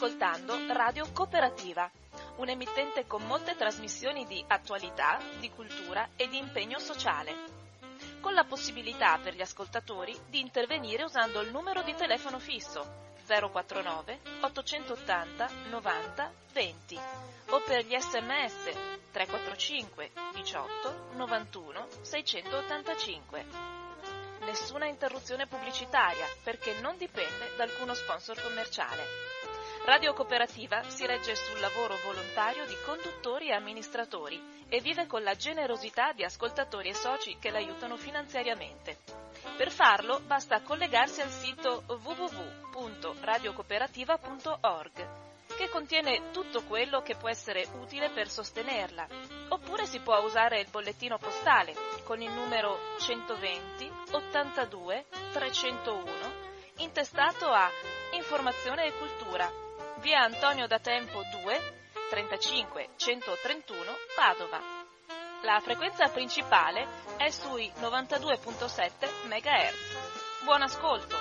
ascoltando Radio Cooperativa, un emittente con molte trasmissioni di attualità, di cultura e di impegno sociale, con la possibilità per gli ascoltatori di intervenire usando il numero di telefono fisso 049 880 90 20 o per gli sms 345 18 91 685. Nessuna interruzione pubblicitaria perché non dipende da alcuno sponsor commerciale. Radio Cooperativa si regge sul lavoro volontario di conduttori e amministratori e vive con la generosità di ascoltatori e soci che l'aiutano finanziariamente. Per farlo basta collegarsi al sito www.radiocooperativa.org, che contiene tutto quello che può essere utile per sostenerla, oppure si può usare il bollettino postale con il numero 120 82 301 intestato a Informazione e Cultura, via Antonio da Tempo 2 35 131 Padova. La frequenza principale è sui 92.7 MHz. Buon ascolto!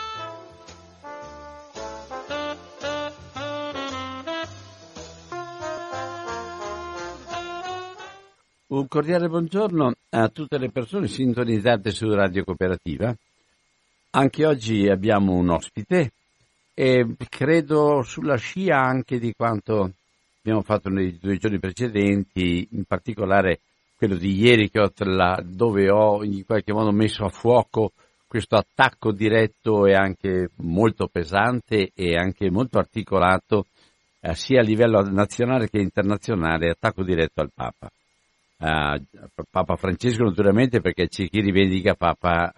Un cordiale buongiorno a tutte le persone sintonizzate su Radio Cooperativa. Anche oggi abbiamo un ospite e credo sulla scia anche di quanto abbiamo fatto nei 2 giorni precedenti, in particolare quello di ieri dove ho in qualche modo messo a fuoco questo attacco diretto e anche molto pesante e anche molto articolato sia a livello nazionale che internazionale, attacco diretto al Papa. Papa Francesco naturalmente, perché c'è chi rivendica Papa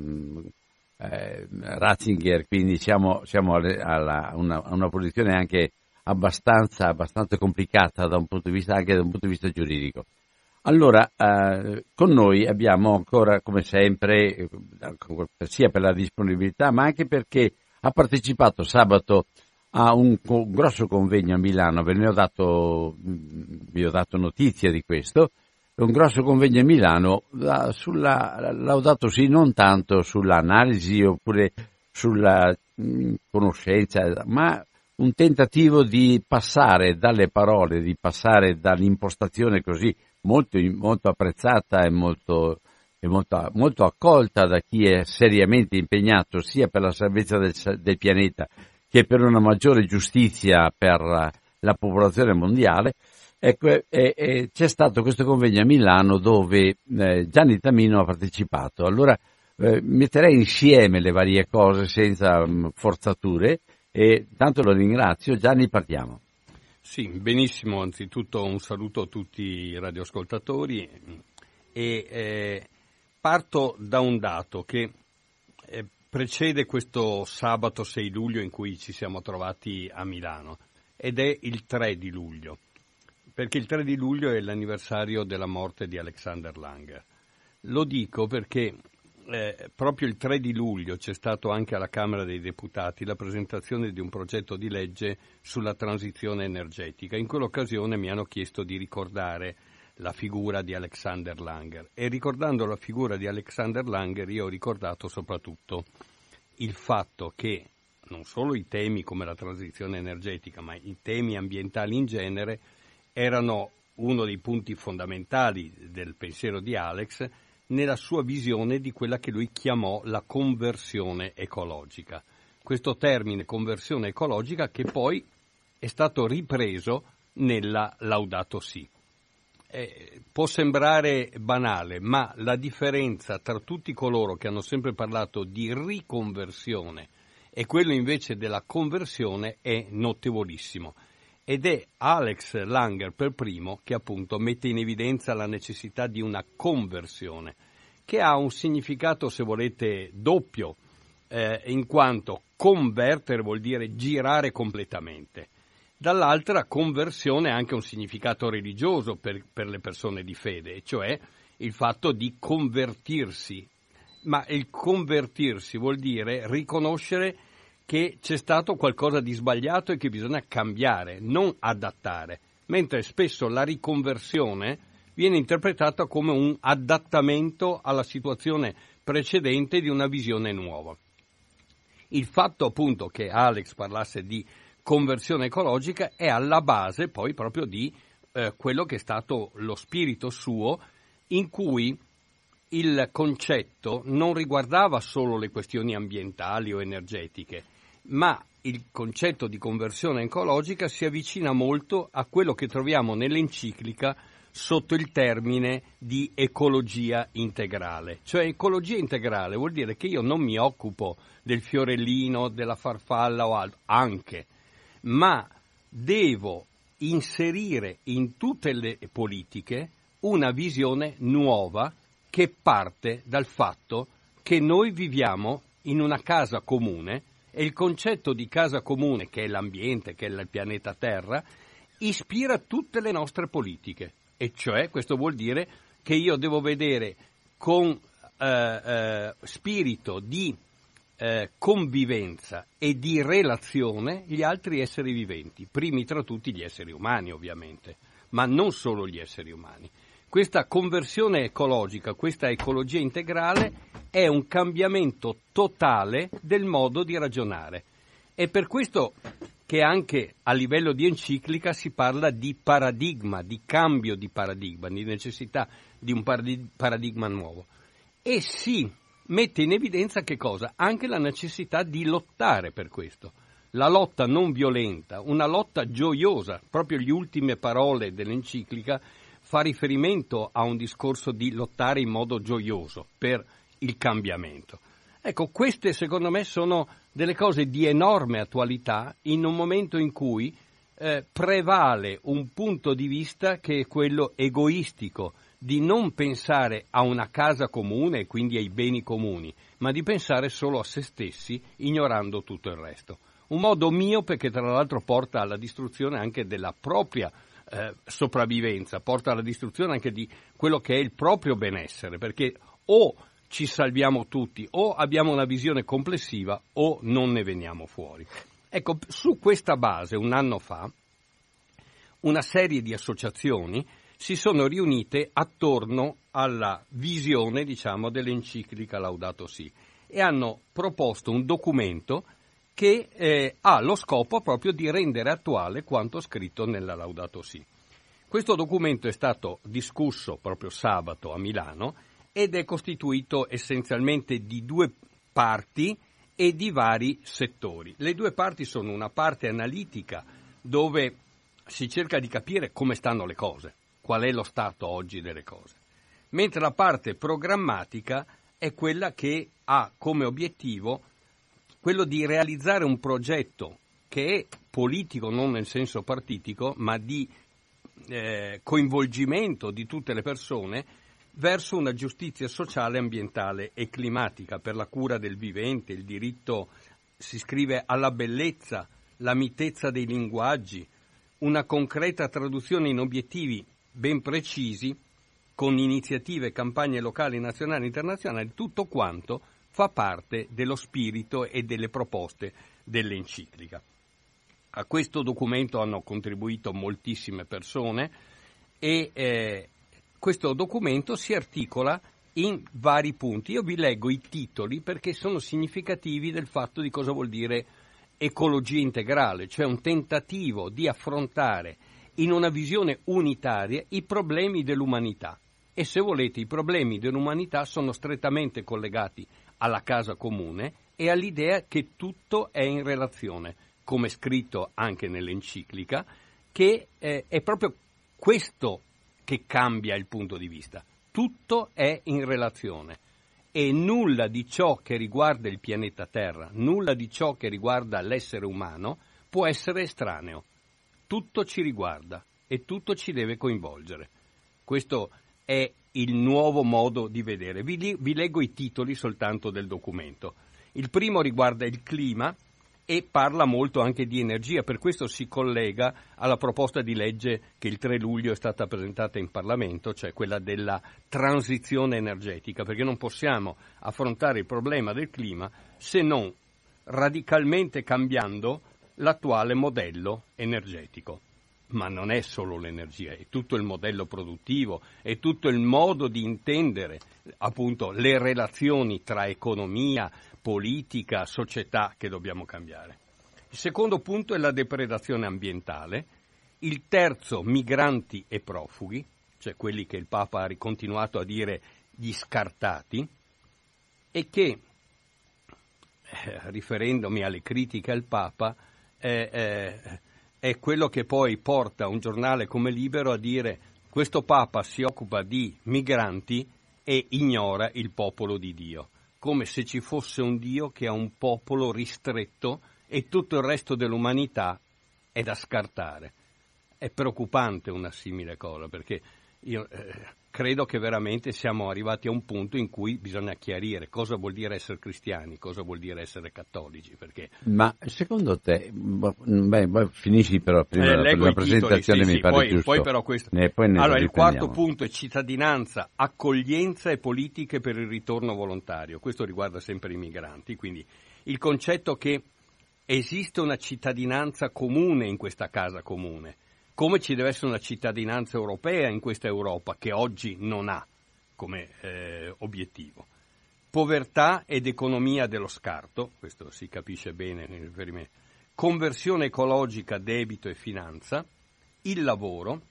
Ratzinger, quindi siamo a una posizione anche abbastanza complicata da un punto di vista, anche da un punto di vista giuridico. Allora, con noi abbiamo ancora, come sempre, sia per la disponibilità, ma anche perché ha partecipato sabato a un grosso convegno a Milano, vi ho dato notizia di questo, un grosso convegno a Milano laudato sì non tanto sull'analisi oppure sulla conoscenza, ma un tentativo di passare dalle parole, di passare dall'impostazione così molto apprezzata e molto accolta da chi è seriamente impegnato sia per la salvezza del pianeta che per una maggiore giustizia per la popolazione mondiale. Ecco, c'è stato questo convegno a Milano dove Gianni Tamino ha partecipato. Allora metterei insieme le varie cose senza forzature e tanto lo ringrazio. Gianni, partiamo. Sì, benissimo. Anzitutto un saluto a tutti i radioascoltatori e parto da un dato che precede questo sabato 6 luglio in cui ci siamo trovati a Milano ed è il 3 di luglio. Perché il 3 di luglio è l'anniversario della morte di Alexander Langer. Lo dico perché proprio il 3 di luglio c'è stato anche alla Camera dei Deputati la presentazione di un progetto di legge sulla transizione energetica. In quell'occasione mi hanno chiesto di ricordare la figura di Alexander Langer e ricordando la figura di Alexander Langer io ho ricordato soprattutto il fatto che non solo i temi come la transizione energetica ma i temi ambientali in genere erano uno dei punti fondamentali del pensiero di Alex nella sua visione di quella che lui chiamò la conversione ecologica. Questo termine conversione ecologica che poi è stato ripreso nella Laudato Si. Può sembrare banale, ma la differenza tra tutti coloro che hanno sempre parlato di riconversione e quello invece della conversione è notevolissimo. Ed è Alex Langer per primo che appunto mette in evidenza la necessità di una conversione, che ha un significato, se volete, doppio, in quanto convertere vuol dire girare completamente. Dall'altra, conversione ha anche un significato religioso per le persone di fede, cioè il fatto di convertirsi. Ma il convertirsi vuol dire riconoscere che c'è stato qualcosa di sbagliato e che bisogna cambiare, non adattare, mentre spesso la riconversione viene interpretata come un adattamento alla situazione precedente di una visione nuova. Il fatto appunto che Alex parlasse di conversione ecologica è alla base poi proprio di quello che è stato lo spirito suo, in cui il concetto non riguardava solo le questioni ambientali o energetiche, ma il concetto di conversione ecologica si avvicina molto a quello che troviamo nell'enciclica sotto il termine di ecologia integrale. Cioè ecologia integrale vuol dire che io non mi occupo del fiorellino, della farfalla o altro, anche, ma devo inserire in tutte le politiche una visione nuova che parte dal fatto che noi viviamo in una casa comune e il concetto di casa comune, che è l'ambiente, che è il pianeta Terra, ispira tutte le nostre politiche. E cioè questo vuol dire che io devo vedere con spirito di convivenza e di relazione gli altri esseri viventi, primi tra tutti gli esseri umani ovviamente, ma non solo gli esseri umani. Questa conversione ecologica, questa ecologia integrale è un cambiamento totale del modo di ragionare. È per questo che anche a livello di enciclica si parla di paradigma, di cambio di paradigma, di necessità di un paradigma nuovo. E si mette in evidenza che cosa? Anche la necessità di lottare per questo. La lotta non violenta, una lotta gioiosa. Proprio le ultime parole dell'enciclica fa riferimento a un discorso di lottare in modo gioioso per il cambiamento. Ecco, queste secondo me sono delle cose di enorme attualità in un momento in cui prevale un punto di vista che è quello egoistico, di non pensare a una casa comune e quindi ai beni comuni, ma di pensare solo a se stessi, ignorando tutto il resto. Un modo miope che tra l'altro porta alla distruzione anche della propria sopravvivenza, porta alla distruzione anche di quello che è il proprio benessere, perché o ci salviamo tutti, o abbiamo una visione complessiva, o non ne veniamo fuori. Ecco, su questa base, un anno fa, una serie di associazioni si sono riunite attorno alla visione, diciamo, dell'enciclica Laudato Si e hanno proposto un documento che ha lo scopo proprio di rendere attuale quanto scritto nella Laudato Si. Questo documento è stato discusso proprio sabato a Milano ed è costituito essenzialmente di due parti e di vari settori. Le due parti sono una parte analitica dove si cerca di capire come stanno le cose, qual è lo stato oggi delle cose, mentre la parte programmatica è quella che ha come obiettivo quello di realizzare un progetto che è politico, non nel senso partitico, ma di coinvolgimento di tutte le persone verso una giustizia sociale, ambientale e climatica per la cura del vivente, il diritto, si scrive, alla bellezza, la mitezza dei linguaggi, una concreta traduzione in obiettivi ben precisi con iniziative e campagne locali, nazionali e internazionali. Tutto quanto fa parte dello spirito e delle proposte dell'enciclica. A questo documento hanno contribuito moltissime persone e questo documento si articola in vari punti. Io vi leggo i titoli perché sono significativi del fatto di cosa vuol dire ecologia integrale, cioè un tentativo di affrontare in una visione unitaria i problemi dell'umanità. E se volete, i problemi dell'umanità sono strettamente collegati alla casa comune e all'idea che tutto è in relazione, come scritto anche nell'enciclica, che è proprio questo che cambia il punto di vista. Tutto è in relazione e nulla di ciò che riguarda il pianeta Terra, nulla di ciò che riguarda l'essere umano può essere estraneo. Tutto ci riguarda e tutto ci deve coinvolgere. Questo è il nuovo modo di vedere. Vi leggo i titoli soltanto del documento. Il primo riguarda il clima e parla molto anche di energia, per questo si collega alla proposta di legge che il 3 luglio è stata presentata in Parlamento, cioè quella della transizione energetica, perché non possiamo affrontare il problema del clima se non radicalmente cambiando l'attuale modello energetico. Ma non è solo l'energia, è tutto il modello produttivo, è tutto il modo di intendere appunto le relazioni tra economia, politica, società che dobbiamo cambiare. Il secondo punto è la depredazione ambientale. Il terzo, migranti e profughi, cioè quelli che il Papa ha continuato a dire gli scartati, e che, riferendomi alle critiche al Papa, è quello che poi porta un giornale come Libero a dire: questo Papa si occupa di migranti e ignora il popolo di Dio, come se ci fosse un Dio che ha un popolo ristretto e tutto il resto dell'umanità è da scartare. È preoccupante una simile cosa, perché io credo che veramente siamo arrivati a un punto in cui bisogna chiarire cosa vuol dire essere cristiani, cosa vuol dire essere cattolici. Perché... Ma secondo te, finisci però prima la presentazione, titoli, mi pare poi, giusto. Poi però questo. Allora, il quarto punto è cittadinanza, accoglienza e politiche per il ritorno volontario. Questo riguarda sempre i migranti, quindi il concetto che esiste una cittadinanza comune in questa casa comune, come ci deve essere una cittadinanza europea in questa Europa, che oggi non ha come obiettivo. Povertà ed economia dello scarto, questo si capisce bene nel riferimento. Conversione ecologica, debito e finanza, il lavoro,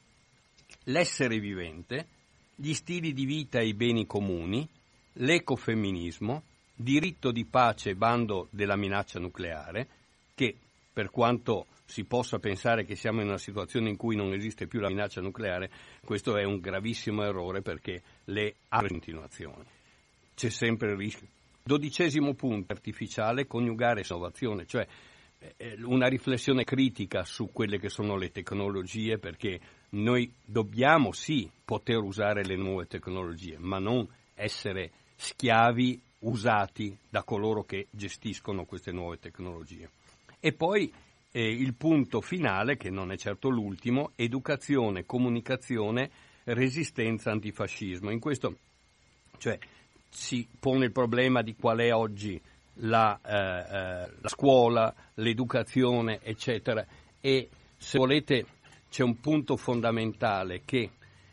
l'essere vivente, gli stili di vita e i beni comuni, l'ecofemminismo, diritto di pace e bando della minaccia nucleare, che per quanto si possa pensare che siamo in una situazione in cui non esiste più la minaccia nucleare, questo è un gravissimo errore, perché le ha continuazioni. C'è sempre il rischio. 12° punto, artificiale, coniugare innovazione, cioè una riflessione critica su quelle che sono le tecnologie, perché noi dobbiamo sì poter usare le nuove tecnologie, ma non essere schiavi usati da coloro che gestiscono queste nuove tecnologie. E poi il punto finale, che non è certo l'ultimo, educazione, comunicazione, resistenza, antifascismo. In questo, cioè, si pone il problema di qual è oggi la scuola, l'educazione, eccetera, e se volete c'è un punto fondamentale che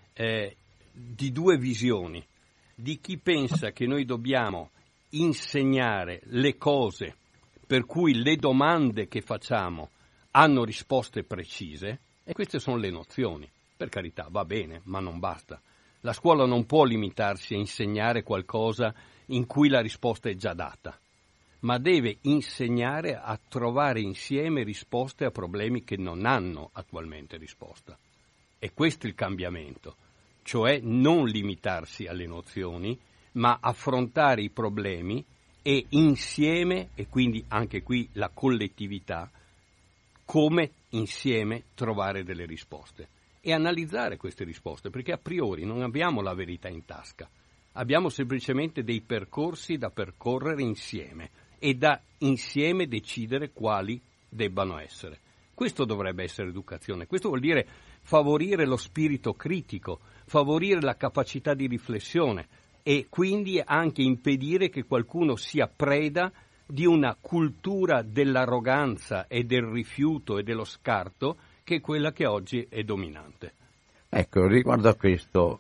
di due visioni, di chi pensa che noi dobbiamo insegnare le cose per cui le domande che facciamo hanno risposte precise, e queste sono le nozioni. Per carità, va bene, ma non basta. La scuola non può limitarsi a insegnare qualcosa in cui la risposta è già data, ma deve insegnare a trovare insieme risposte a problemi che non hanno attualmente risposta. E questo è il cambiamento, cioè non limitarsi alle nozioni, ma affrontare i problemi e insieme, e quindi anche qui la collettività, come insieme trovare delle risposte e analizzare queste risposte, perché a priori non abbiamo la verità in tasca, abbiamo semplicemente dei percorsi da percorrere insieme e da insieme decidere quali debbano essere. Questo dovrebbe essere educazione, questo vuol dire favorire lo spirito critico, favorire la capacità di riflessione e quindi anche impedire che qualcuno sia preda di una cultura dell'arroganza e del rifiuto e dello scarto, che è quella che oggi è dominante. Ecco, riguardo a questo,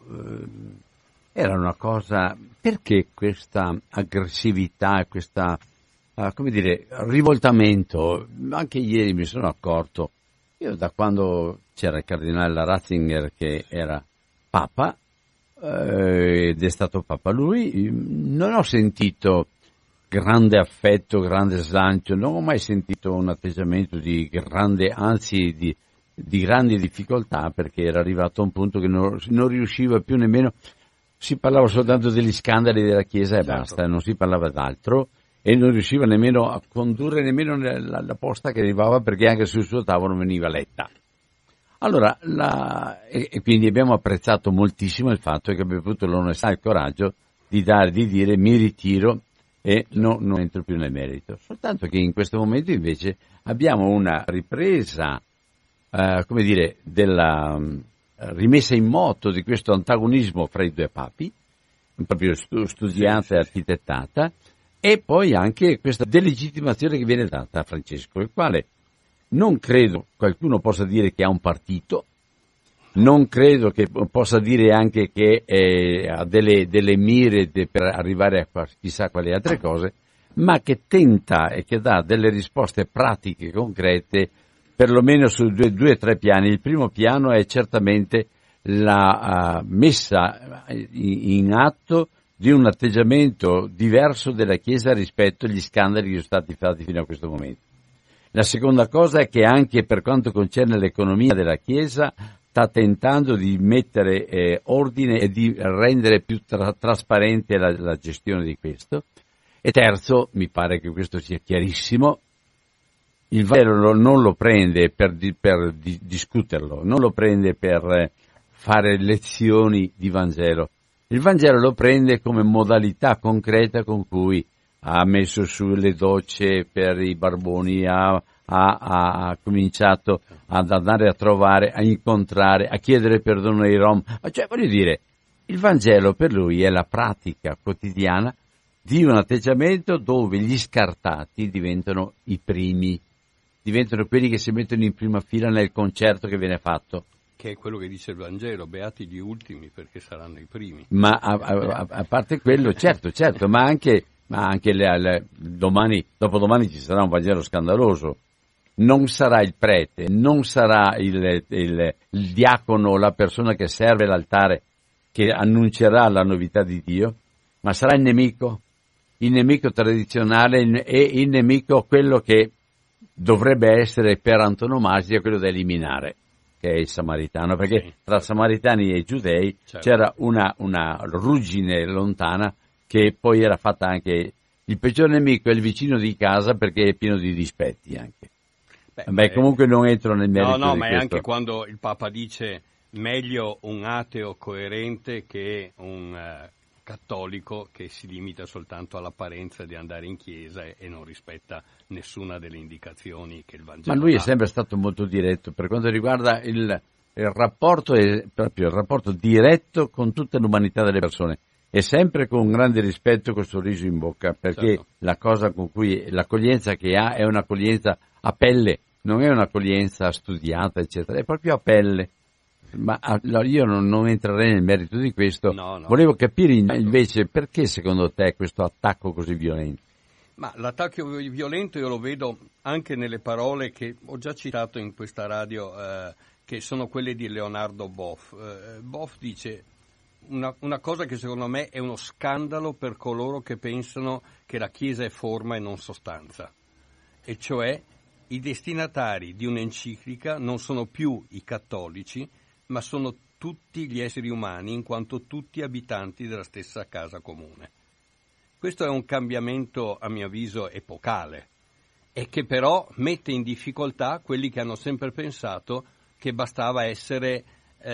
era una cosa, perché questa aggressività, questa, rivoltamento? Anche ieri mi sono accorto, io da quando c'era il cardinale Ratzinger che era Papa, ed è stato Papa lui, non ho sentito grande affetto, grande slancio, non ho mai sentito un atteggiamento di grande, anzi di grandi difficoltà, perché era arrivato a un punto che non riusciva più nemmeno, si parlava soltanto degli scandali della Chiesa e basta, non si parlava d'altro, e non riusciva nemmeno a condurre nemmeno la posta che arrivava, perché anche sul suo tavolo veniva letta. Allora, e quindi abbiamo apprezzato moltissimo il fatto che abbia avuto l'onestà e il coraggio di dire mi ritiro e non entro più nel merito. Soltanto che in questo momento invece abbiamo una ripresa, della rimessa in moto di questo antagonismo fra i due papi, proprio studiata e architettata, e poi anche questa delegittimazione che viene data a Francesco, il quale non credo qualcuno possa dire che ha un partito, non credo che possa dire anche che ha delle mire per arrivare a chissà quali altre cose, ma che tenta e che dà delle risposte pratiche, concrete, perlomeno su due o tre piani. Il primo piano è certamente la messa in atto di un atteggiamento diverso della Chiesa rispetto agli scandali che sono stati fatti fino a questo momento. La seconda cosa è che anche per quanto concerne l'economia della Chiesa sta tentando di mettere ordine e di rendere più trasparente la gestione di questo. E terzo, mi pare che questo sia chiarissimo, il Vangelo non lo prende per discuterlo, non lo prende per fare lezioni di Vangelo. Il Vangelo lo prende come modalità concreta con cui ha messo su le docce per i barboni, ha cominciato ad andare a trovare, a incontrare, a chiedere perdono ai Rom. Cioè, voglio dire, il Vangelo per lui è la pratica quotidiana di un atteggiamento dove gli scartati diventano i primi, diventano quelli che si mettono in prima fila nel concerto che viene fatto. Che è quello che dice il Vangelo, beati gli ultimi perché saranno i primi. Ma a parte quello, certo, ma anche dopodomani ci sarà un Vangelo scandaloso. Non sarà il prete, non sarà il diacono, la persona che serve l'altare che annuncerà la novità di Dio, ma sarà il nemico tradizionale e il nemico quello che dovrebbe essere per antonomasia quello da eliminare, che è il samaritano, perché sì, tra samaritani e giudei c'era una ruggine lontana che poi era fatta anche il peggior nemico è il vicino di casa perché è pieno di dispetti anche. Comunque non entro nel merito di ma questo. È anche quando il Papa dice meglio un ateo coerente che un cattolico che si limita soltanto all'apparenza di andare in chiesa e non rispetta nessuna delle indicazioni che il Vangelo Ma lui dà. È sempre stato molto diretto per quanto riguarda il rapporto, è proprio il rapporto diretto con tutta l'umanità delle persone e sempre con grande rispetto, col sorriso in bocca, perché certo, la cosa con cui l'accoglienza che ha è un'accoglienza a pelle, non è un'accoglienza studiata eccetera, è proprio a pelle. Ma io non entrerei nel merito di questo. No. Volevo capire invece perché secondo te questo attacco così violento. Ma l'attacco violento io lo vedo anche nelle parole che ho già citato in questa radio, che sono quelle di Leonardo Boff. Boff dice una cosa che secondo me è uno scandalo per coloro che pensano che la Chiesa è forma e non sostanza, e cioè i destinatari di un'enciclica non sono più i cattolici, ma sono tutti gli esseri umani, in quanto tutti abitanti della stessa casa comune. Questo è un cambiamento, a mio avviso, epocale, e che però mette in difficoltà quelli che hanno sempre pensato che bastava essere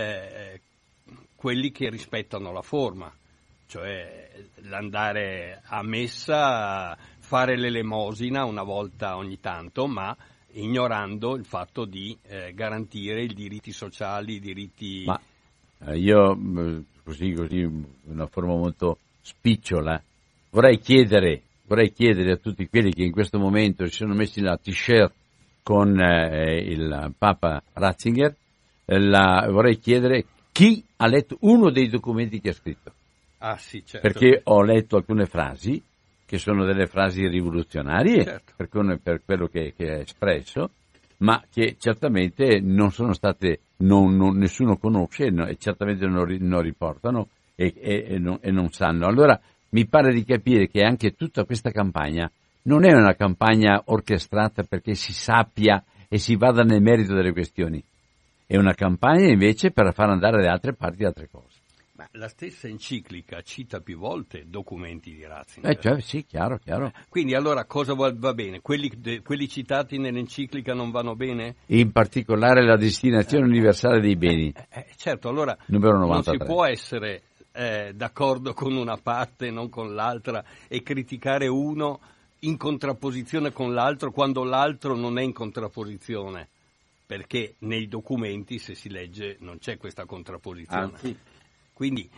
quelli che rispettano la forma, cioè l'andare a messa, fare l'elemosina una volta ogni tanto, ma ignorando il fatto di garantire i diritti sociali, i diritti... Ma io, così, in una forma molto spicciola, vorrei chiedere a tutti quelli che in questo momento si sono messi la t-shirt con il Papa Ratzinger, vorrei chiedere chi ha letto uno dei documenti che ha scritto. Ah sì, certo. Perché ho letto alcune frasi che sono delle frasi rivoluzionarie, certo, per quello che è espresso, ma che certamente non sono state, nessuno conosce e certamente non riportano e non sanno. Allora mi pare di capire che anche tutta questa campagna non è una campagna orchestrata perché si sappia e si vada nel merito delle questioni, è una campagna invece per far andare da altre parti altre cose. Ma la stessa enciclica cita più volte documenti di Ratzinger. Cioè, sì, chiaro. Quindi allora cosa va bene? Quelli citati nell'enciclica non vanno bene? In particolare la destinazione universale dei beni. Certo, allora numero 93. Non si può essere d'accordo con una parte, non con l'altra, e criticare uno in contrapposizione con l'altro quando l'altro non è in contrapposizione, perché nei documenti, se si legge, non c'è questa contrapposizione. Anzi. Quindi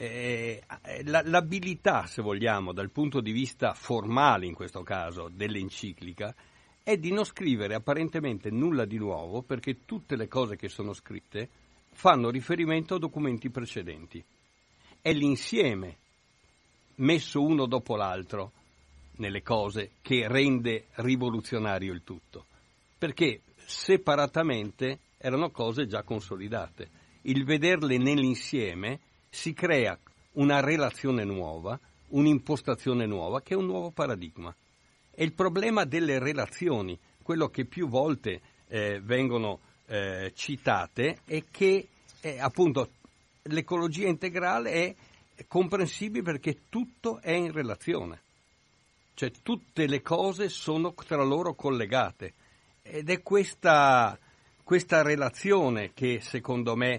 l'abilità, se vogliamo, dal punto di vista formale in questo caso, dell'enciclica, è di non scrivere apparentemente nulla di nuovo, perché tutte le cose che sono scritte fanno riferimento a documenti precedenti. È l'insieme, messo uno dopo l'altro, nelle cose che rende rivoluzionario il tutto, perché separatamente erano cose già consolidate. Il vederle nell'insieme si crea una relazione nuova, un'impostazione nuova, che è un nuovo paradigma. E il problema delle relazioni, quello che più volte vengono citate, è che appunto l'ecologia integrale è comprensibile perché tutto è in relazione, cioè tutte le cose sono tra loro collegate, ed è questa relazione che secondo me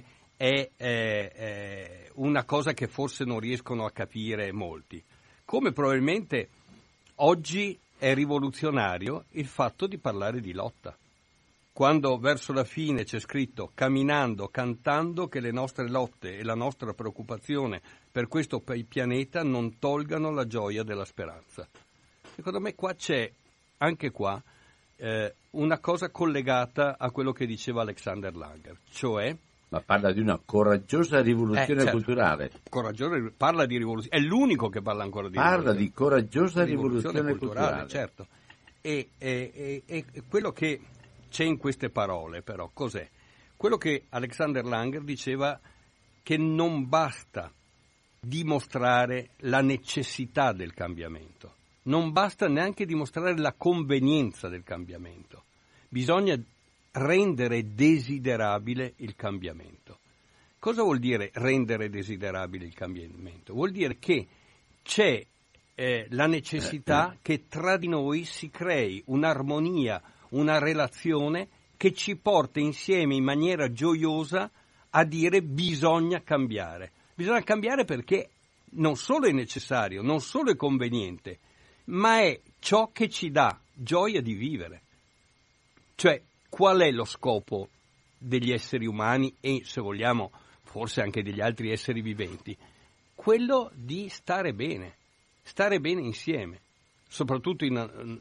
è una cosa che forse non riescono a capire molti, come probabilmente oggi è rivoluzionario il fatto di parlare di lotta. Quando verso la fine c'è scritto camminando, cantando, che le nostre lotte e la nostra preoccupazione per questo pianeta non tolgano la gioia della speranza. Secondo me qua c'è, anche qua, una cosa collegata a quello che diceva Alexander Langer, cioè... Ma parla di una coraggiosa rivoluzione culturale. Parla di rivoluzione, è l'unico che parla ancora di rivoluzione. Parla di coraggiosa rivoluzione culturale. Certo. E quello che c'è in queste parole, però, cos'è? Quello che Alexander Langer diceva, che non basta dimostrare la necessità del cambiamento, non basta neanche dimostrare la convenienza del cambiamento, bisogna rendere desiderabile il cambiamento. Cosa vuol dire rendere desiderabile il cambiamento? Vuol dire che c'è la necessità che tra di noi si crei un'armonia, una relazione che ci porta insieme in maniera gioiosa a dire bisogna cambiare. Bisogna cambiare perché non solo è necessario, non solo è conveniente, ma è ciò che ci dà gioia di vivere. Cioè, qual è lo scopo degli esseri umani e, se vogliamo, forse anche degli altri esseri viventi? Quello di stare bene insieme, soprattutto in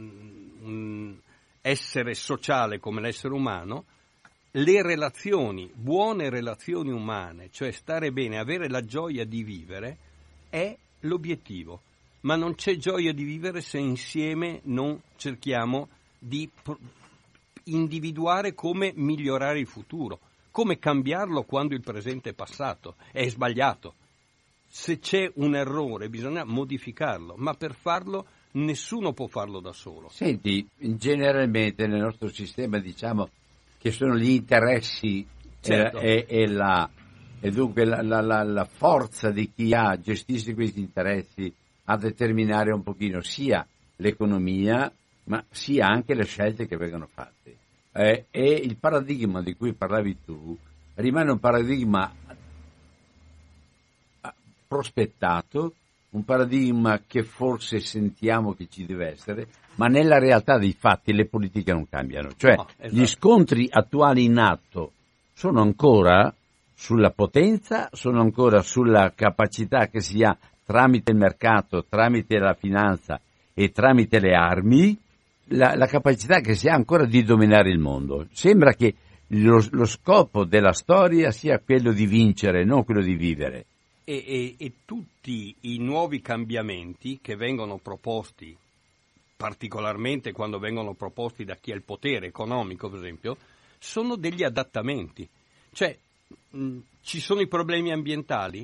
un essere sociale come l'essere umano. Le relazioni, buone relazioni umane, cioè stare bene, avere la gioia di vivere, è l'obiettivo. Ma non c'è gioia di vivere se insieme non cerchiamo di individuare come migliorare il futuro, come cambiarlo quando il presente è passato, è sbagliato. Se c'è un errore bisogna modificarlo, ma per farlo nessuno può farlo da solo. Senti, generalmente nel nostro sistema diciamo che sono gli interessi, certo, e dunque la forza di chi gestisce questi interessi a determinare un pochino sia l'economia, ma sia anche le scelte che vengono fatte. E il paradigma di cui parlavi tu rimane un paradigma prospettato, un paradigma che forse sentiamo che ci deve essere, ma nella realtà dei fatti le politiche non cambiano. Cioè, no, esatto, gli scontri attuali in atto sono ancora sulla potenza, sono ancora sulla capacità che si ha tramite il mercato, tramite la finanza e tramite le armi, la capacità che si ha ancora di dominare il mondo. Sembra che lo scopo della storia sia quello di vincere, non quello di vivere. E tutti i nuovi cambiamenti che vengono proposti, particolarmente quando vengono proposti da chi ha il potere economico, per esempio, sono degli adattamenti. Cioè, ci sono i problemi ambientali?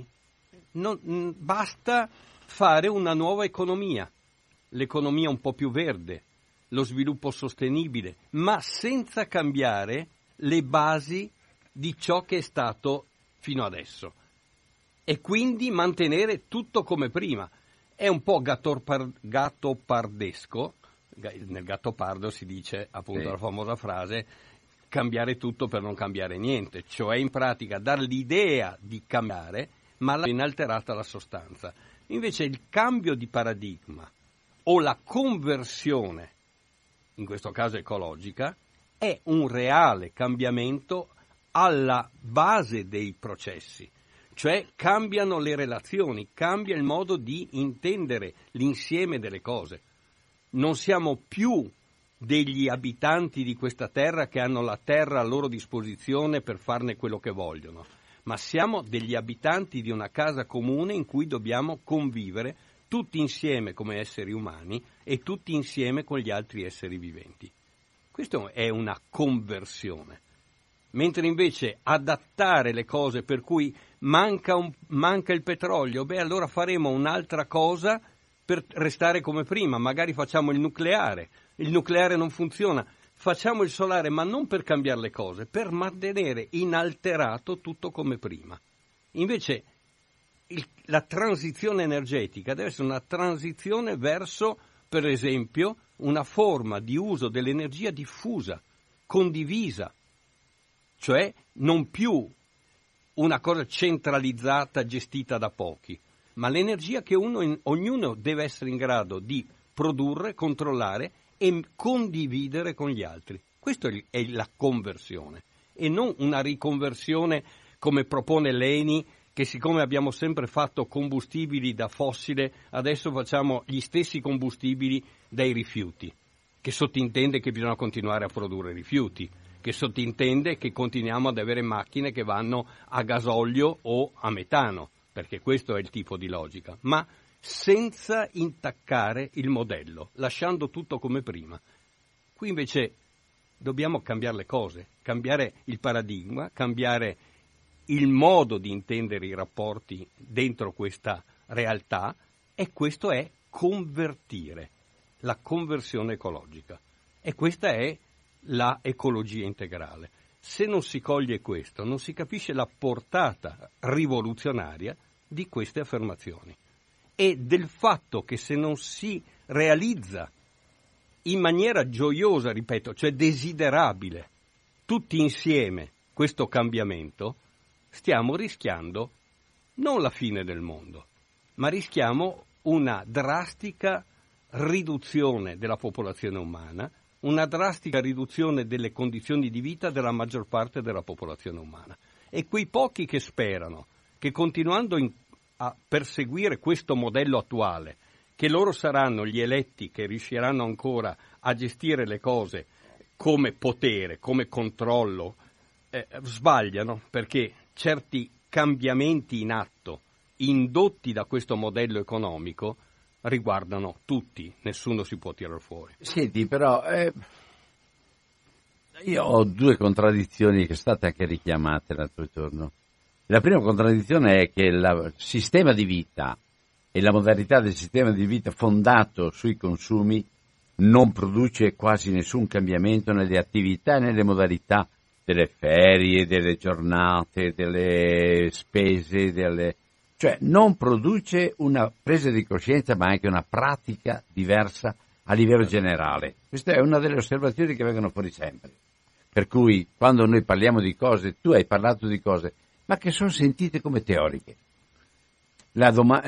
Basta fare una nuova economia, l'economia un po' più verde, lo sviluppo sostenibile, ma senza cambiare le basi di ciò che è stato fino adesso. E quindi mantenere tutto come prima. È un po' gattopardesco, nel Gattopardo si dice appunto la famosa frase cambiare tutto per non cambiare niente, cioè in pratica dare l'idea di cambiare ma inalterata la sostanza. Invece il cambio di paradigma o la conversione, in questo caso ecologica, è un reale cambiamento alla base dei processi. Cioè cambiano le relazioni, cambia il modo di intendere l'insieme delle cose. Non siamo più degli abitanti di questa terra che hanno la terra a loro disposizione per farne quello che vogliono, ma siamo degli abitanti di una casa comune in cui dobbiamo convivere tutti insieme come esseri umani e tutti insieme con gli altri esseri viventi. Questa è una conversione. Mentre invece adattare le cose per cui manca il petrolio, allora faremo un'altra cosa per restare come prima, magari facciamo il nucleare non funziona, facciamo il solare, ma non per cambiare le cose, per mantenere inalterato tutto come prima. Invece la transizione energetica deve essere una transizione verso, per esempio, una forma di uso dell'energia diffusa, condivisa, cioè non più una cosa centralizzata, gestita da pochi, ma l'energia che ognuno deve essere in grado di produrre, controllare e condividere con gli altri. Questa è la conversione, e non una riconversione come propone l'ENI, che siccome abbiamo sempre fatto combustibili da fossile, adesso facciamo gli stessi combustibili dai rifiuti, che sottintende che bisogna continuare a produrre rifiuti, che sottintende che continuiamo ad avere macchine che vanno a gasolio o a metano, perché questo è il tipo di logica, ma senza intaccare il modello, lasciando tutto come prima. Qui invece dobbiamo cambiare le cose, cambiare il paradigma, cambiare il modo di intendere i rapporti dentro questa realtà, e questo è convertire, la conversione ecologica. E questa è la ecologia integrale. Se non si coglie questo, non si capisce la portata rivoluzionaria di queste affermazioni e del fatto che se non si realizza in maniera gioiosa, ripeto, cioè desiderabile, tutti insieme questo cambiamento, stiamo rischiando non la fine del mondo, ma rischiamo una drastica riduzione della popolazione umana, una drastica riduzione delle condizioni di vita della maggior parte della popolazione umana. E quei pochi che sperano che continuando a perseguire questo modello attuale, che loro saranno gli eletti che riusciranno ancora a gestire le cose come potere, come controllo, sbagliano, perché certi cambiamenti in atto, indotti da questo modello economico, riguardano tutti, nessuno si può tirare fuori. Senti, però io ho due contraddizioni che sono state anche richiamate l'altro giorno. La prima contraddizione è che il sistema di vita e la modalità del sistema di vita fondato sui consumi non produce quasi nessun cambiamento nelle attività e nelle modalità delle ferie, delle giornate, delle spese, cioè non produce una presa di coscienza ma anche una pratica diversa a livello generale. Questa è una delle osservazioni che vengono fuori sempre. Per cui quando noi parliamo di cose, tu hai parlato di cose, ma che sono sentite come teoriche. Non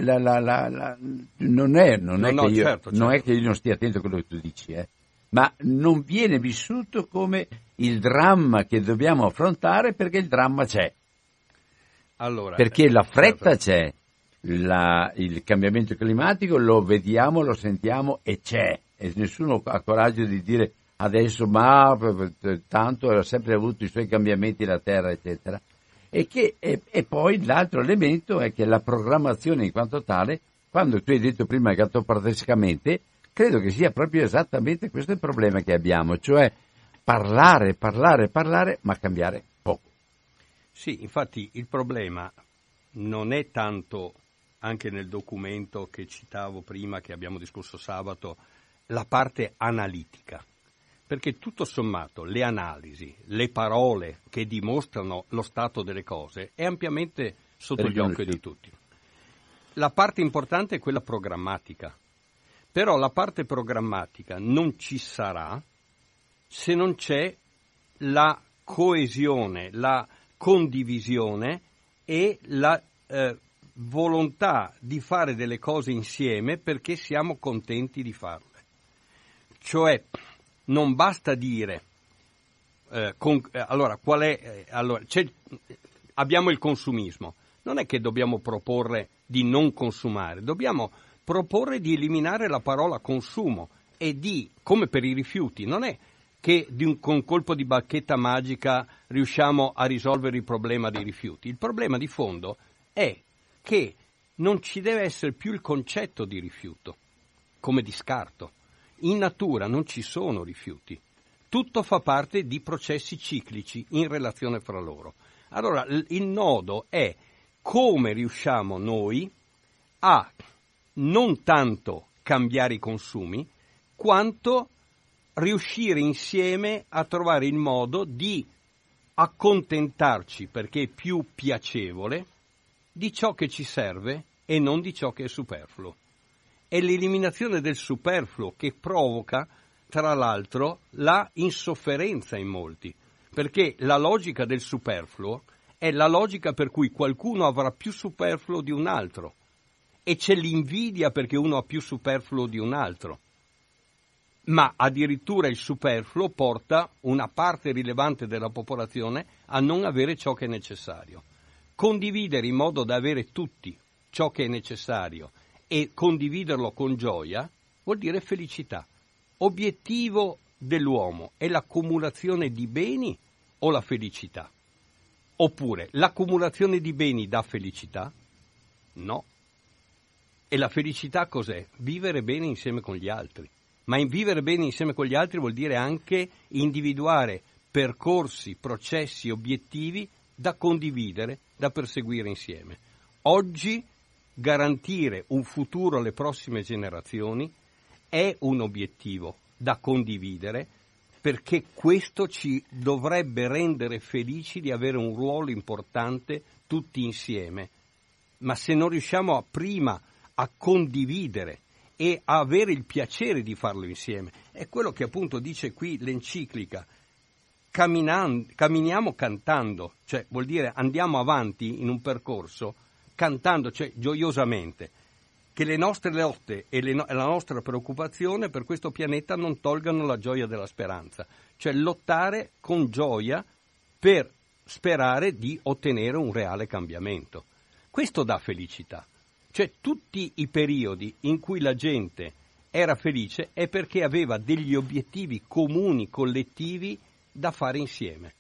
è che io non stia attento a quello che tu dici, ma non viene vissuto come il dramma che dobbiamo affrontare, perché il dramma c'è. Allora, perché la fretta c'è, il cambiamento climatico lo vediamo, lo sentiamo e c'è, e nessuno ha coraggio di dire adesso ma tanto ha sempre avuto i suoi cambiamenti la Terra, eccetera. E poi l'altro elemento è che la programmazione in quanto tale, quando tu hai detto prima gattopartescamente, credo che sia proprio esattamente questo il problema che abbiamo, cioè parlare, ma cambiare poco. Sì, infatti il problema non è tanto, anche nel documento che citavo prima, che abbiamo discusso sabato, la parte analitica. Perché tutto sommato le analisi, le parole che dimostrano lo stato delle cose è ampiamente sotto gli occhi di tutti. La parte importante è quella programmatica, però la parte programmatica non ci sarà se non c'è la coesione, la condivisione e la volontà di fare delle cose insieme perché siamo contenti di farle. Cioè, non basta dire abbiamo il consumismo, non è che dobbiamo proporre di non consumare, dobbiamo proporre di eliminare la parola consumo e come per i rifiuti, non è che con colpo di bacchetta magica riusciamo a risolvere il problema dei rifiuti. Il problema di fondo è che non ci deve essere più il concetto di rifiuto, come di scarto. In natura non ci sono rifiuti. Tutto fa parte di processi ciclici in relazione fra loro. Allora, il nodo è come riusciamo noi a non tanto cambiare i consumi, quanto riuscire insieme a trovare il modo di accontentarci, perché è più piacevole, di ciò che ci serve e non di ciò che è superfluo. È l'eliminazione del superfluo che provoca, tra l'altro, la insofferenza in molti, perché la logica del superfluo è la logica per cui qualcuno avrà più superfluo di un altro e c'è l'invidia perché uno ha più superfluo di un altro. Ma addirittura il superfluo porta una parte rilevante della popolazione a non avere ciò che è necessario. Condividere in modo da avere tutti ciò che è necessario e condividerlo con gioia vuol dire felicità. Obiettivo dell'uomo è l'accumulazione di beni o la felicità? Oppure l'accumulazione di beni dà felicità? No. E la felicità cos'è? Vivere bene insieme con gli altri. Ma in vivere bene insieme con gli altri vuol dire anche individuare percorsi, processi, obiettivi da condividere, da perseguire insieme. Oggi garantire un futuro alle prossime generazioni è un obiettivo da condividere, perché questo ci dovrebbe rendere felici di avere un ruolo importante tutti insieme. Ma se non riusciamo prima a condividere e a avere il piacere di farlo insieme, è quello che appunto dice qui l'enciclica, camminiamo cantando, cioè vuol dire andiamo avanti in un percorso cantando, cioè gioiosamente, che le nostre lotte e la nostra preoccupazione per questo pianeta non tolgano la gioia della speranza, cioè lottare con gioia per sperare di ottenere un reale cambiamento. Questo dà felicità. Cioè tutti i periodi in cui la gente era felice è perché aveva degli obiettivi comuni, collettivi, da fare insieme.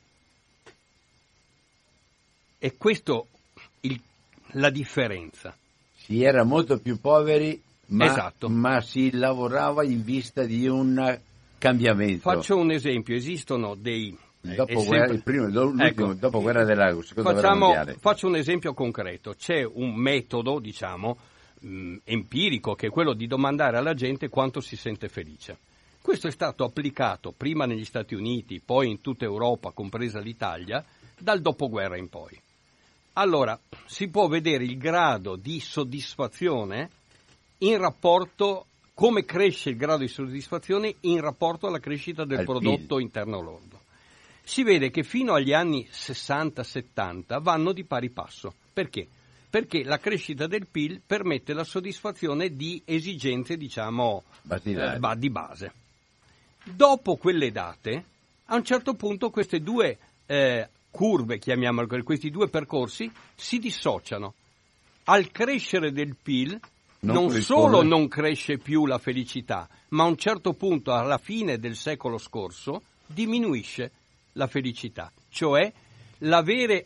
E questo la differenza. Si era molto più poveri, esatto, ma si lavorava in vista di un cambiamento. Faccio un esempio, esistono dei... Dopoguerra della seconda guerra mondiale. Faccio un esempio concreto. C'è un metodo, diciamo, empirico, che è quello di domandare alla gente quanto si sente felice. Questo è stato applicato prima negli Stati Uniti, poi in tutta Europa, compresa l'Italia, dal dopoguerra in poi. Allora, si può vedere il grado di soddisfazione in rapporto, come cresce il grado di soddisfazione in rapporto alla crescita del prodotto interno lordo. Si vede che fino agli anni 60-70 vanno di pari passo. Perché? Perché la crescita del PIL permette la soddisfazione di esigenze, diciamo, di base. Dopo quelle date, a un certo punto queste due curve, chiamiamole, questi due percorsi, si dissociano. Al crescere del PIL non solo non cresce più la felicità, ma a un certo punto, alla fine del secolo scorso, diminuisce la felicità, cioè l'avere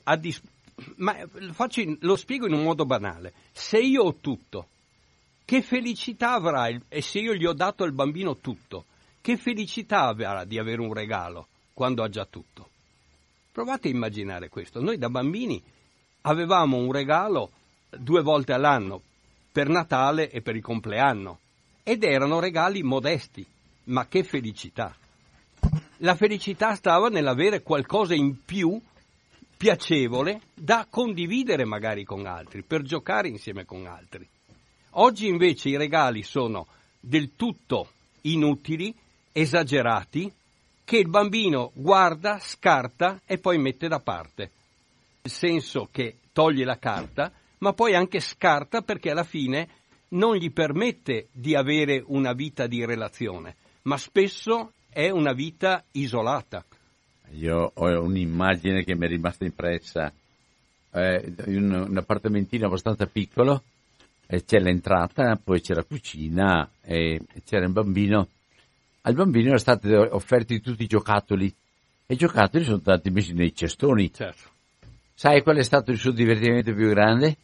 lo spiego in un modo banale. Se io ho tutto, che felicità avrà? E se io gli ho dato al bambino tutto, che felicità avrà di avere un regalo quando ha già tutto? Provate a immaginare questo. Noi da bambini avevamo un regalo 2 volte all'anno, per Natale e per il compleanno, ed erano regali modesti, ma che felicità! La felicità stava nell'avere qualcosa in più, piacevole, da condividere magari con altri, per giocare insieme con altri. Oggi invece i regali sono del tutto inutili, esagerati, che il bambino guarda, scarta e poi mette da parte. Nel senso che toglie la carta, ma poi anche scarta perché alla fine non gli permette di avere una vita di relazione, ma spesso è una vita isolata. Io ho un'immagine che mi è rimasta impressa, un appartamentino abbastanza piccolo, c'è l'entrata, poi c'è la cucina e c'era un bambino. Al bambino erano stati offerti tutti i giocattoli e i giocattoli sono stati messi nei cestoni. Certo. Sai qual è stato il suo divertimento più grande?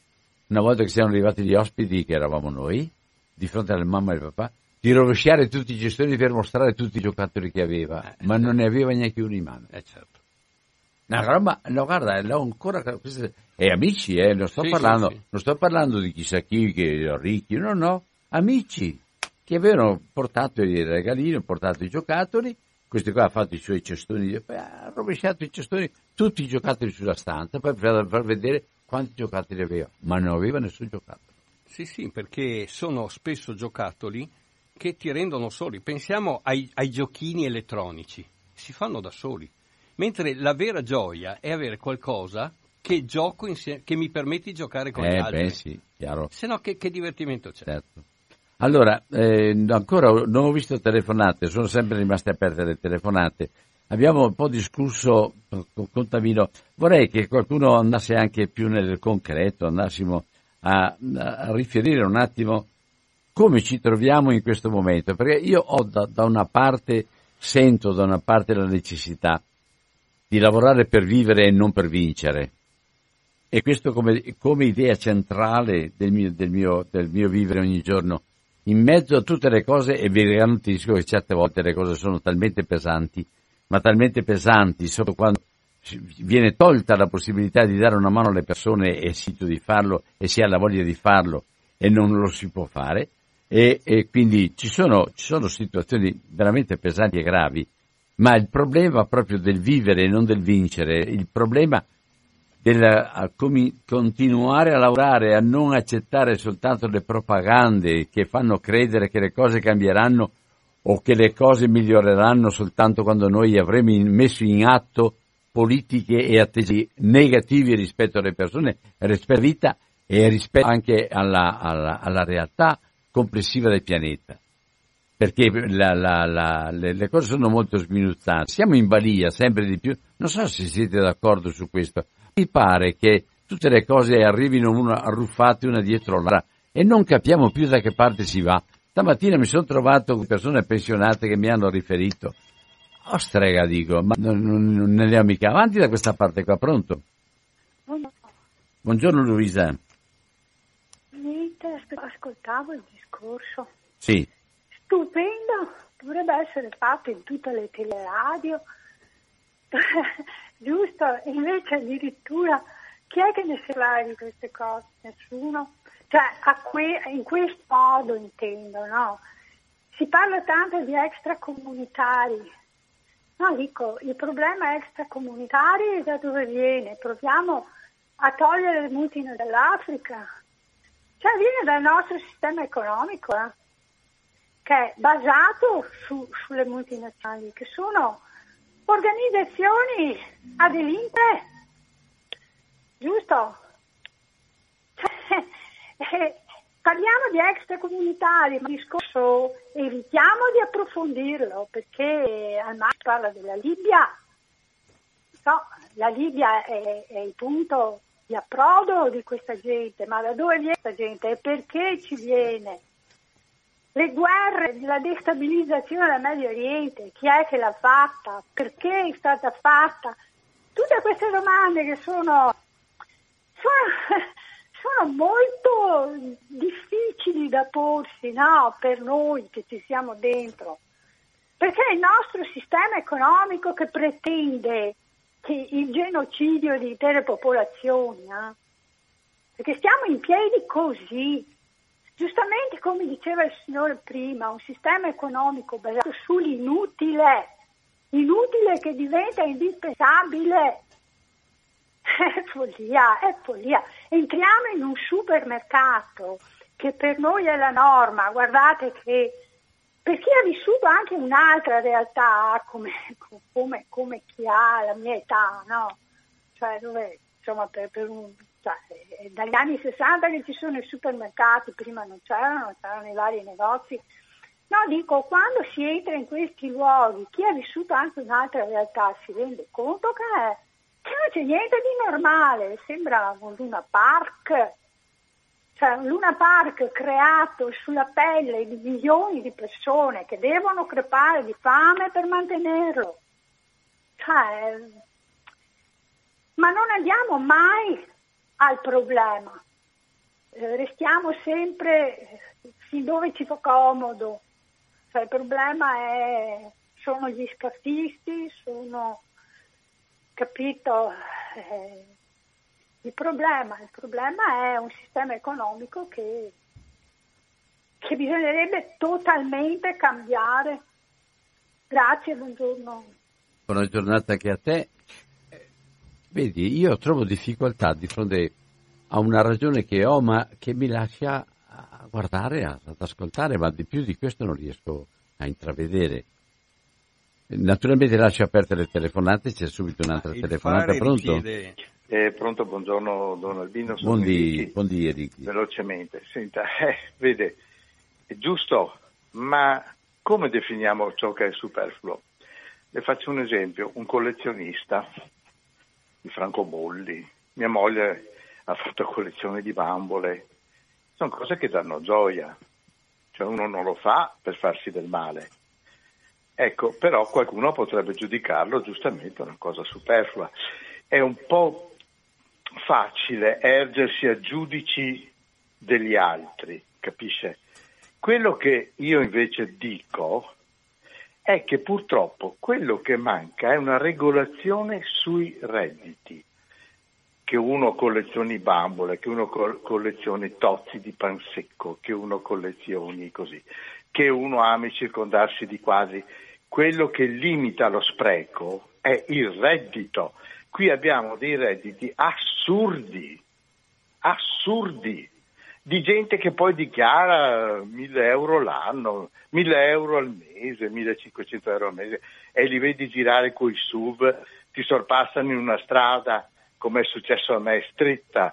una volta che siamo arrivati gli ospiti, che eravamo noi, di fronte alla mamma e al papà, di rovesciare tutti i gestoni per mostrare tutti i giocattoli che aveva, ma non ne aveva neanche uno in mano. Certo. No, roba, no, guarda, ancora, amici, non sto parlando, sì. Non sto parlando di chissà chi, che ricchi, no, amici, che avevano portato il regalino, portato i giocattoli, questo qua ha fatto i suoi cestoni, ha rovesciato i cestoni, tutti i giocattoli sulla stanza, per far vedere quanti giocattoli aveva, ma non aveva nessun giocattolo. Sì, perché sono spesso giocattoli che ti rendono soli. Pensiamo ai giochini elettronici, si fanno da soli. Mentre la vera gioia è avere qualcosa che gioco insieme, che mi permette di giocare con gli altri. Sì, chiaro. Se no, che divertimento c'è? Certo. Allora, ancora non ho visto telefonate, sono sempre rimaste aperte le telefonate. Abbiamo un po' discusso con Tamino. Vorrei che qualcuno andasse anche più nel concreto, andassimo a riferire un attimo come ci troviamo in questo momento, perché io ho da una parte, sento da una parte la necessità di lavorare per vivere e non per vincere, e questo come idea centrale del mio vivere ogni giorno, in mezzo a tutte le cose, e vi garantisco che certe volte le cose sono talmente pesanti, ma talmente pesanti, solo quando viene tolta la possibilità di dare una mano alle persone e si ha di farlo e si ha la voglia di farlo e non lo si può fare, e quindi ci sono situazioni veramente pesanti e gravi. Ma il problema proprio del vivere e non del vincere, il problema del continuare a lavorare, a non accettare soltanto le propagande che fanno credere che le cose cambieranno o che le cose miglioreranno soltanto quando noi avremo messo in atto politiche e atteggiamenti negativi rispetto alle persone, rispetto alla vita e rispetto anche alla realtà complessiva del pianeta. Perché le cose sono molto sminuzzate. Siamo in balia sempre di più. Non so se siete d'accordo su questo. Mi pare che tutte le cose arrivino arruffate una dietro l'altra e non capiamo più da che parte si va. Stamattina mi sono trovato con persone pensionate che mi hanno riferito. Oh strega, dico, ma non ne ho mica avanti da questa parte qua, pronto? Buongiorno Luisa. Niente, ascoltavo il discorso. Sì. Stupendo, dovrebbe essere fatto in tutte le teleradio, giusto? Invece addirittura chi è che ne sa parlare di queste cose? Nessuno. Cioè, in questo modo intendo, no? Si parla tanto di extracomunitari. No, dico, il problema extracomunitari da dove viene? Proviamo a togliere le multinazionali dall'Africa. Cioè, viene dal nostro sistema economico, che è basato sulle multinazionali, che sono organizzazioni a delinquere, giusto? Parliamo di extracomunitari, ma il discorso evitiamo di approfondirlo, perché al massimo parla della Libia. No, la Libia è il punto di approdo di questa gente, ma da dove viene questa gente e perché ci viene? Le guerre, la destabilizzazione del Medio Oriente, chi è che l'ha fatta? Perché è stata fatta? Tutte queste domande che sono molto difficili da porsi, no? Per noi che ci siamo dentro. Perché è il nostro sistema economico che pretende che il genocidio di intere popolazioni, perché stiamo in piedi così. Giustamente, come diceva il signore prima, un sistema economico basato sull'inutile che diventa indispensabile. È follia. Entriamo in un supermercato che per noi è la norma. Guardate che per chi ha vissuto anche un'altra realtà come chi ha la mia età, no? Cioè dove, insomma, dagli anni 60 che ci sono i supermercati, prima non c'erano i vari negozi. No, dico, quando si entra in questi luoghi, chi ha vissuto anche un'altra realtà si rende conto che non c'è niente di normale, sembra un Luna Park, cioè un Luna Park creato sulla pelle di milioni di persone che devono crepare di fame per mantenerlo. Cioè, ma non andiamo mai al problema. restiamo sempre fin dove ci fa comodo. Cioè, il problema sono gli scafisti, capito? Il problema è un sistema economico che bisognerebbe totalmente cambiare. Grazie, buongiorno. Buona giornata anche a te. Vedi, io trovo difficoltà di fronte a una ragione che ho, ma che mi lascia a guardare, ad ascoltare, ma di più di questo non riesco a intravedere. Naturalmente lascio aperte le telefonate, c'è subito un'altra telefonata. Pronto? Pronto, buongiorno Don Albino. Buondì, Ricky. Velocemente, senta, vede, è giusto, ma come definiamo ciò che è superfluo? Le faccio un esempio, un collezionista di francobolli, mia moglie ha fatto collezione di bambole, sono cose che danno gioia, cioè uno non lo fa per farsi del male. Ecco, però qualcuno potrebbe giudicarlo giustamente una cosa superflua. È un po' facile ergersi a giudici degli altri, capisce? Quello che io invece dico è che purtroppo quello che manca è una regolazione sui redditi. Che uno collezioni bambole, che uno collezioni tozzi di pan secco, che uno collezioni così, che uno ami circondarsi di quadri. Quello che limita lo spreco è il reddito. Qui abbiamo dei redditi assurdi, di gente che poi dichiara 1.000 euro l'anno, 1.000 euro al mese, 1.500 euro al mese, e li vedi girare coi SUV, ti sorpassano in una strada, come è successo a me, stretta,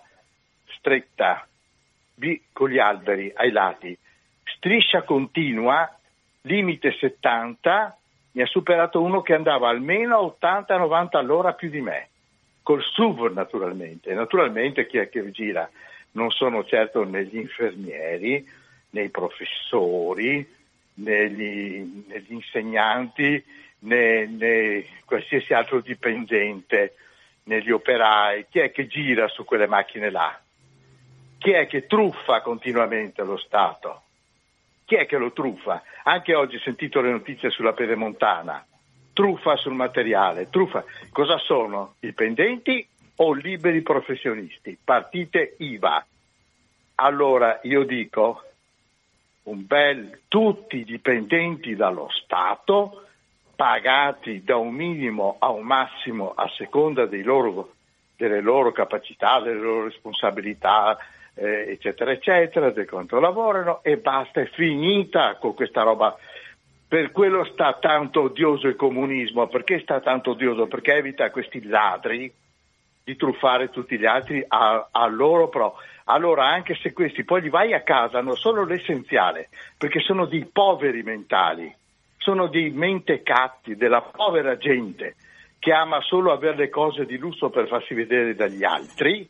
con gli alberi ai lati, striscia continua, limite 70, mi ha superato uno che andava almeno a 80-90 all'ora più di me, col SUV naturalmente chi è che gira? Non sono certo né gli infermieri, né i professori, né gli insegnanti, né qualsiasi altro dipendente, né gli operai. Chi è che gira su quelle macchine là? Chi è che truffa continuamente lo Stato? Chi è che lo truffa? Anche oggi ho sentito le notizie sulla Pedemontana. Truffa sul materiale, truffa. Cosa sono? Dipendenti o liberi professionisti? Partite IVA. Allora io dico, tutti dipendenti dallo Stato, pagati da un minimo a un massimo a seconda delle loro capacità, delle loro responsabilità, eccetera, eccetera, di quanto lavorano, e basta, è finita con questa roba. Per quello sta tanto odioso il comunismo. Perché sta tanto odioso? Perché evita a questi ladri di truffare tutti gli altri a loro pro. Allora, anche se questi poi li vai a casa, hanno solo l'essenziale, perché sono dei poveri mentali, sono dei mentecatti, della povera gente che ama solo avere le cose di lusso per farsi vedere dagli altri.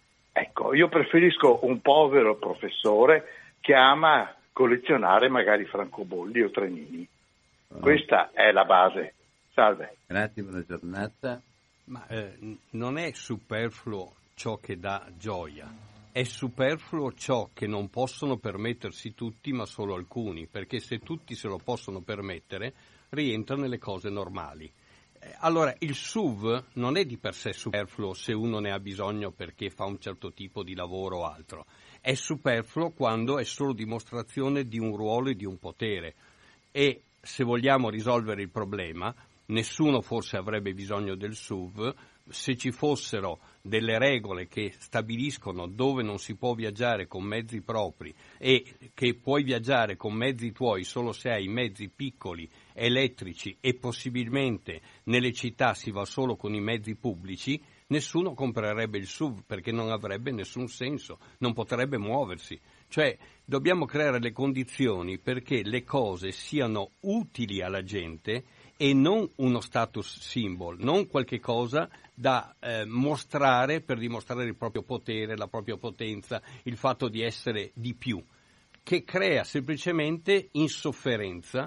Ecco, io preferisco un povero professore che ama collezionare magari francobolli o trenini. Questa è la base. Salve. Grazie, buona giornata. Ma non è superfluo ciò che dà gioia, è superfluo ciò che non possono permettersi tutti, ma solo alcuni, perché se tutti se lo possono permettere, rientra nelle cose normali. Allora, il SUV non è di per sé superfluo se uno ne ha bisogno perché fa un certo tipo di lavoro o altro. È superfluo quando è solo dimostrazione di un ruolo e di un potere. E se vogliamo risolvere il problema, nessuno forse avrebbe bisogno del SUV se ci fossero delle regole che stabiliscono dove non si può viaggiare con mezzi propri e che puoi viaggiare con mezzi tuoi solo se hai mezzi piccoli, elettrici e possibilmente nelle città si va solo con i mezzi pubblici, nessuno comprerebbe il SUV perché non avrebbe nessun senso, non potrebbe muoversi. Cioè dobbiamo creare le condizioni perché le cose siano utili alla gente e non uno status symbol, non qualche cosa da mostrare per dimostrare il proprio potere, la propria potenza, il fatto di essere di più, che crea semplicemente insofferenza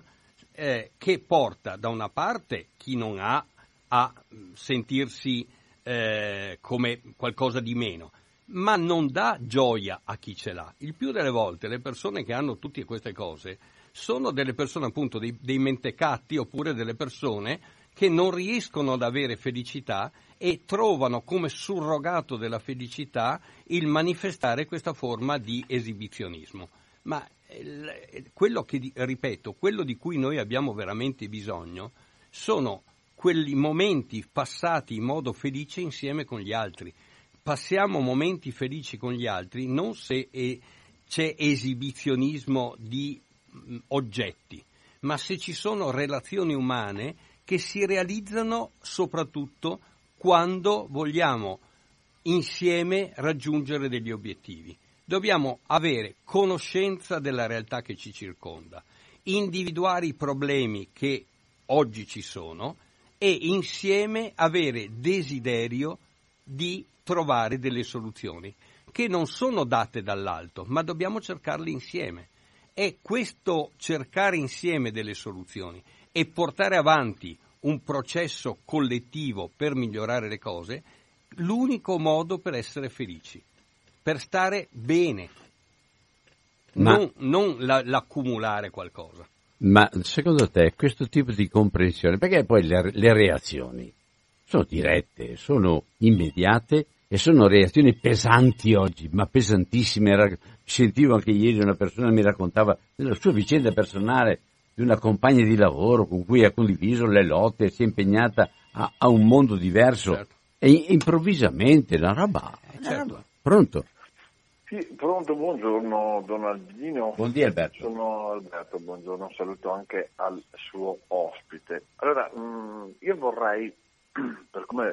che porta da una parte chi non ha a sentirsi come qualcosa di meno ma non dà gioia a chi ce l'ha. Il più delle volte le persone che hanno tutte queste cose sono delle persone appunto dei mentecatti, oppure delle persone che non riescono ad avere felicità e trovano come surrogato della felicità il manifestare questa forma di esibizionismo. Ma quello che, ripeto, quello di cui noi abbiamo veramente bisogno sono quelli momenti passati in modo felice insieme con gli altri. Passiamo momenti felici con gli altri non se c'è esibizionismo di oggetti, ma se ci sono relazioni umane che si realizzano soprattutto quando vogliamo insieme raggiungere degli obiettivi. Dobbiamo avere conoscenza della realtà che ci circonda, individuare i problemi che oggi ci sono e insieme avere desiderio di trovare delle soluzioni che non sono date dall'alto, ma dobbiamo cercarle insieme. È questo cercare insieme delle soluzioni e portare avanti un processo collettivo per migliorare le cose l'unico modo per essere felici, per stare bene, non l'accumulare qualcosa. Ma secondo te questo tipo di comprensione, perché poi le reazioni sono dirette, sono immediate e sono reazioni pesanti oggi, ma pesantissime. Sentivo anche ieri una persona mi raccontava della sua vicenda personale di una compagna di lavoro con cui ha condiviso le lotte, si è impegnata a un mondo diverso, certo. E improvvisamente la roba. Certo. Pronto? Sì, pronto, buongiorno Donaldino. Buongiorno Alberto. Sono Alberto, buongiorno, saluto anche al suo ospite. Allora, io vorrei, per come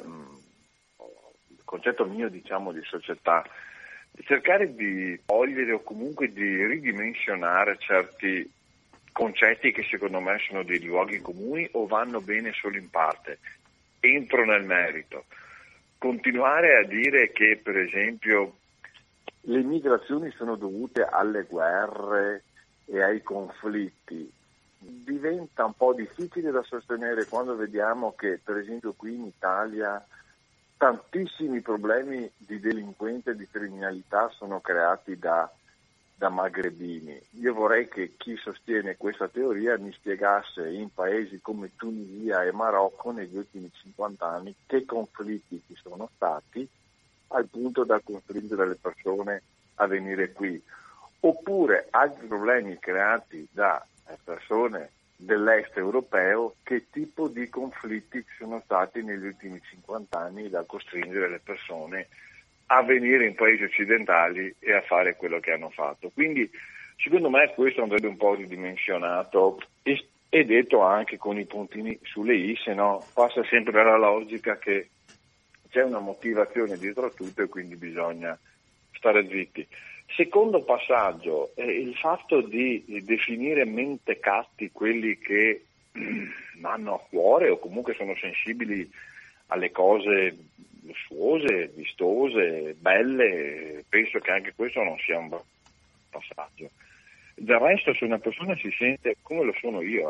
il concetto mio, diciamo, di società, cercare di togliere o comunque di ridimensionare certi concetti che secondo me sono dei luoghi comuni o vanno bene solo in parte. Entro nel merito. Continuare a dire che, per esempio, le migrazioni sono dovute alle guerre e ai conflitti diventa un po' difficile da sostenere quando vediamo che, per esempio, qui in Italia tantissimi problemi di delinquenza e di criminalità sono creati da magrebini. Io vorrei che chi sostiene questa teoria mi spiegasse in paesi come Tunisia e Marocco negli ultimi 50 anni che conflitti ci sono stati al punto da costringere le persone a venire qui, oppure altri problemi creati da persone dell'est europeo, che tipo di conflitti ci sono stati negli ultimi 50 anni da costringere le persone a venire in paesi occidentali e a fare quello che hanno fatto. Quindi secondo me questo andrebbe un po' ridimensionato e detto anche con i puntini sulle i, se no passa sempre dalla logica che c'è una motivazione dietro a tutto e quindi bisogna stare zitti. Secondo passaggio, il fatto di definire mentecatti quelli che vanno a cuore o comunque sono sensibili alle cose lussuose, vistose, belle, penso che anche questo non sia un passaggio. Del resto, se una persona si sente come lo sono io,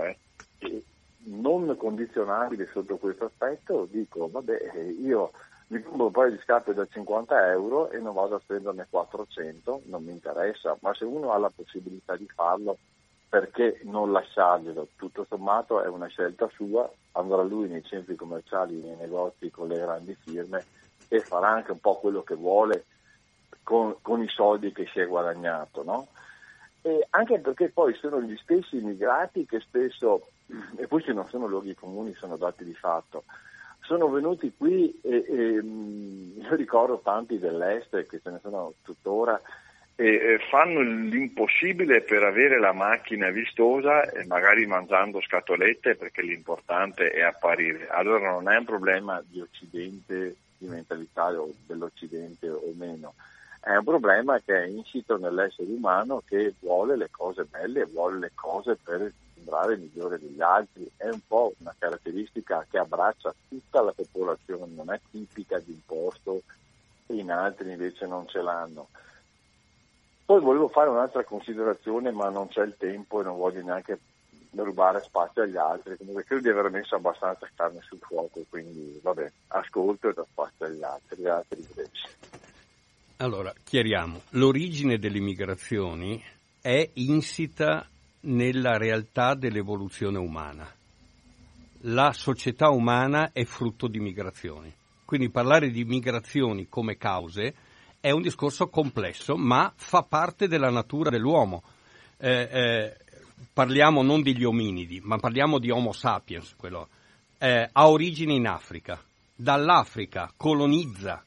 non condizionabile sotto questo aspetto, dico vabbè, io mi compro un paio di scarpe da 50 euro e non vado a spenderne 400, non mi interessa, ma se uno ha la possibilità di farlo, perché non lasciarglielo? Tutto sommato è una scelta sua, andrà lui nei centri commerciali, nei negozi con le grandi firme e farà anche un po' quello che vuole con i soldi che si è guadagnato, no? E anche perché poi sono gli stessi immigrati che spesso, e questi non sono luoghi comuni, sono dati di fatto, sono venuti qui e io ricordo tanti dell'est che ce ne sono tuttora, e fanno l'impossibile per avere la macchina vistosa e magari mangiando scatolette, perché l'importante è apparire. Allora non è un problema di Occidente, di mentalità o dell'Occidente o meno, è un problema che è insito nell'essere umano, che vuole le cose belle, vuole le cose per sembrare migliore degli altri. È un po' una caratteristica che abbraccia tutta la popolazione, non è tipica di un posto e in altri invece non ce l'hanno. Poi volevo fare un'altra considerazione, ma non c'è il tempo e non voglio neanche rubare spazio agli altri. Comunque credo di aver messo abbastanza carne sul fuoco, quindi vabbè, ascolto e do spazio agli altri. Grazie. Allora, chiariamo, l'origine delle migrazioni è insita nella realtà dell'evoluzione umana. La società umana è frutto di migrazioni. Quindi parlare di migrazioni come cause è un discorso complesso, ma fa parte della natura dell'uomo. Parliamo non degli ominidi, ma parliamo di Homo sapiens. Quello ha origine in Africa. Dall'Africa colonizza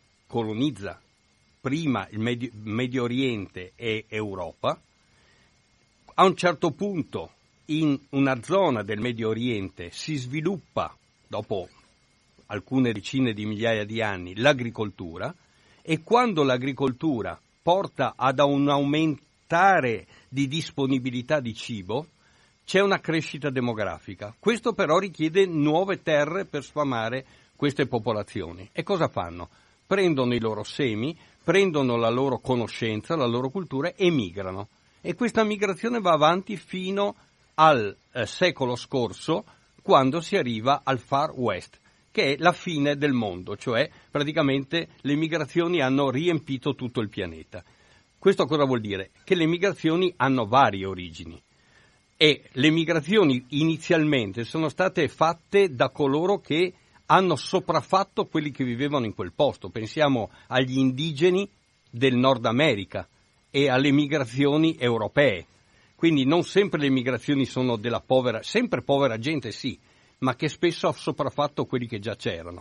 prima il Medio Oriente e Europa. A un certo punto in una zona del Medio Oriente si sviluppa, dopo alcune decine di migliaia di anni, l'agricoltura, e quando l'agricoltura porta ad un aumentare di disponibilità di cibo, c'è una crescita demografica. Questo però richiede nuove terre per sfamare queste popolazioni. E cosa fanno? Prendono i loro semi, prendono la loro conoscenza, la loro cultura e migrano. E questa migrazione va avanti fino al secolo scorso, quando si arriva al Far West, che è la fine del mondo, cioè praticamente le migrazioni hanno riempito tutto il pianeta. Questo cosa vuol dire? Che le migrazioni hanno varie origini. E le migrazioni inizialmente sono state fatte da coloro che hanno sopraffatto quelli che vivevano in quel posto. Pensiamo agli indigeni del Nord America e alle migrazioni europee. Quindi non sempre le migrazioni sono della sempre povera gente, sì, ma che spesso ha sopraffatto quelli che già c'erano.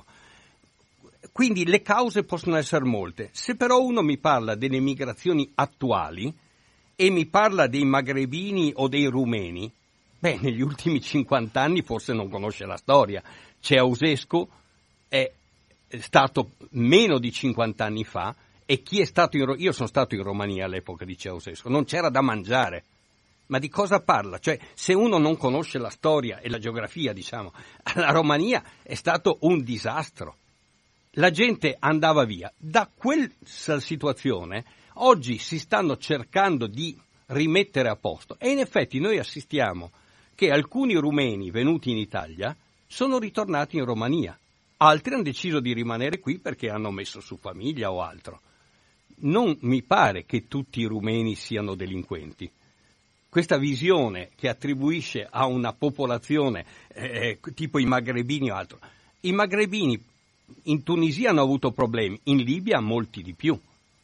Quindi le cause possono essere molte. Se però uno mi parla delle migrazioni attuali e mi parla dei magrebini o dei rumeni, negli ultimi 50 anni forse non conosce la storia. Ceausescu è stato meno di 50 anni fa, e chi è stato io sono stato in Romania all'epoca di Ceausescu, non c'era da mangiare. Ma di cosa parla? Cioè, se uno non conosce la storia e la geografia, diciamo, la Romania è stato un disastro. La gente andava via. Da quella situazione oggi si stanno cercando di rimettere a posto, e in effetti noi assistiamo che alcuni rumeni venuti in Italia sono ritornati in Romania, altri hanno deciso di rimanere qui perché hanno messo su famiglia o altro. Non mi pare che tutti i rumeni siano delinquenti. Questa visione che attribuisce a una popolazione tipo i magrebini o altro. I magrebini in Tunisia hanno avuto problemi, in Libia molti di più.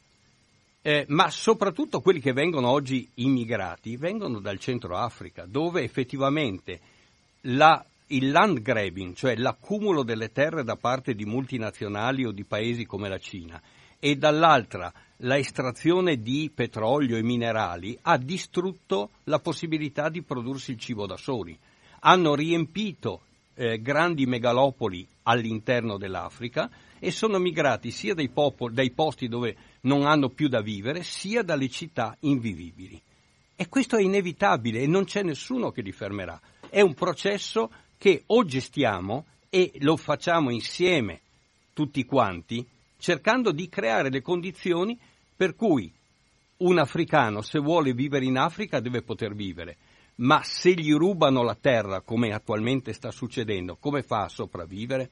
Ma soprattutto quelli che vengono oggi immigrati vengono dal Centro Africa, dove effettivamente il land grabbing, cioè l'accumulo delle terre da parte di multinazionali o di paesi come la Cina, e dall'altra la estrazione di petrolio e minerali, ha distrutto la possibilità di prodursi il cibo da soli. Hanno riempito grandi megalopoli all'interno dell'Africa e sono migrati sia dai posti dove non hanno più da vivere, sia dalle città invivibili. E questo è inevitabile e non c'è nessuno che li fermerà. È un processo che o gestiamo e lo facciamo insieme tutti quanti, cercando di creare le condizioni per cui un africano, se vuole vivere in Africa, deve poter vivere. Ma se gli rubano la terra, come attualmente sta succedendo, come fa a sopravvivere?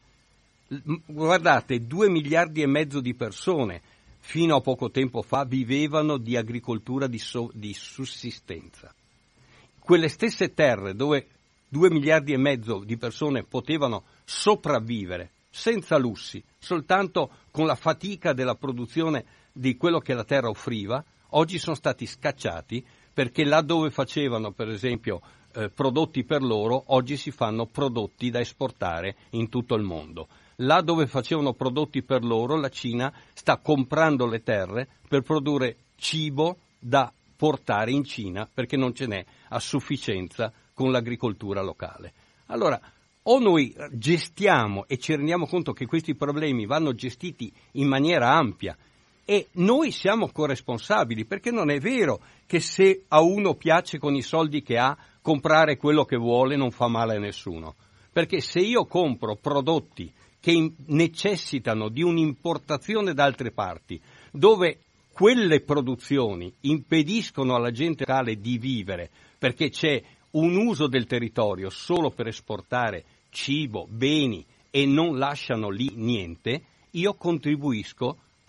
Guardate, 2 miliardi e mezzo di persone fino a poco tempo fa vivevano di agricoltura di sussistenza. Quelle stesse terre dove 2 miliardi e mezzo di persone potevano sopravvivere senza lussi, soltanto con la fatica della produzione di quello che la terra offriva, oggi sono stati scacciati perché là dove facevano, per esempio, prodotti per loro, oggi si fanno prodotti da esportare in tutto il mondo. Là dove facevano prodotti per loro, la Cina sta comprando le terre per produrre cibo da portare in Cina perché non ce n'è a sufficienza con l'agricoltura locale. Allora, o noi gestiamo e ci rendiamo conto che questi problemi vanno gestiti in maniera ampia e noi siamo corresponsabili, perché non è vero che se a uno piace con i soldi che ha comprare quello che vuole non fa male a nessuno, perché se io compro prodotti che necessitano di un'importazione da altre parti, dove quelle produzioni impediscono alla gente locale di vivere perché c'è un uso del territorio solo per esportare cibo, beni e non lasciano lì niente, io contribuisco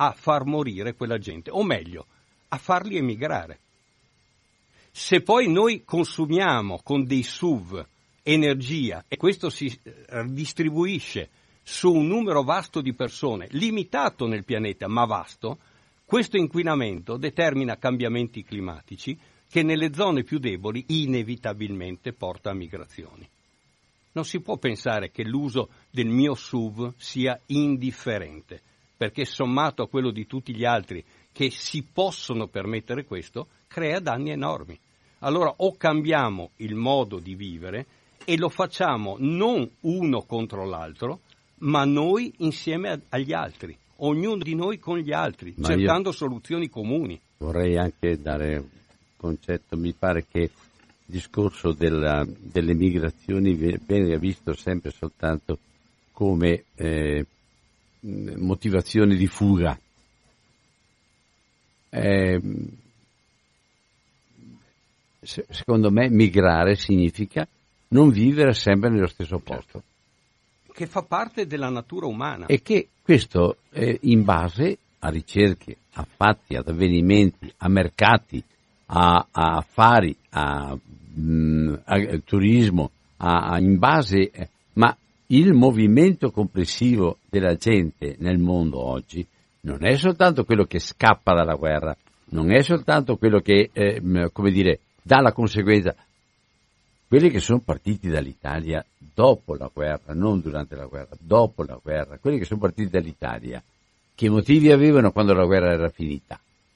a far morire quella gente, o meglio, a farli emigrare. Se poi noi consumiamo con dei SUV energia e questo si distribuisce su un numero vasto di persone, limitato nel pianeta ma vasto, questo inquinamento determina cambiamenti climatici che nelle zone più deboli inevitabilmente porta a migrazioni. Non si può pensare che l'uso del mio SUV sia indifferente, perché sommato a quello di tutti gli altri che si possono permettere questo, crea danni enormi. Allora o cambiamo il modo di vivere e lo facciamo non uno contro l'altro, ma noi insieme agli altri, ognuno di noi con gli altri, ma cercando soluzioni comuni. Vorrei anche dare un concetto, mi pare che il discorso delle migrazioni venga visto sempre soltanto come motivazioni di fuga. Secondo me migrare significa non vivere sempre nello stesso posto. Che fa parte della natura umana. E che questo è in base a ricerche, a fatti, ad avvenimenti, a mercati, a affari, a turismo, in base, ma il movimento complessivo della gente nel mondo oggi non è soltanto quello che scappa dalla guerra, non è soltanto quello che, dà la conseguenza. Quelli che sono partiti dall'Italia dopo la guerra, non durante la guerra, dopo la guerra, quelli che sono partiti dall'Italia, che motivi avevano quando la guerra era finita?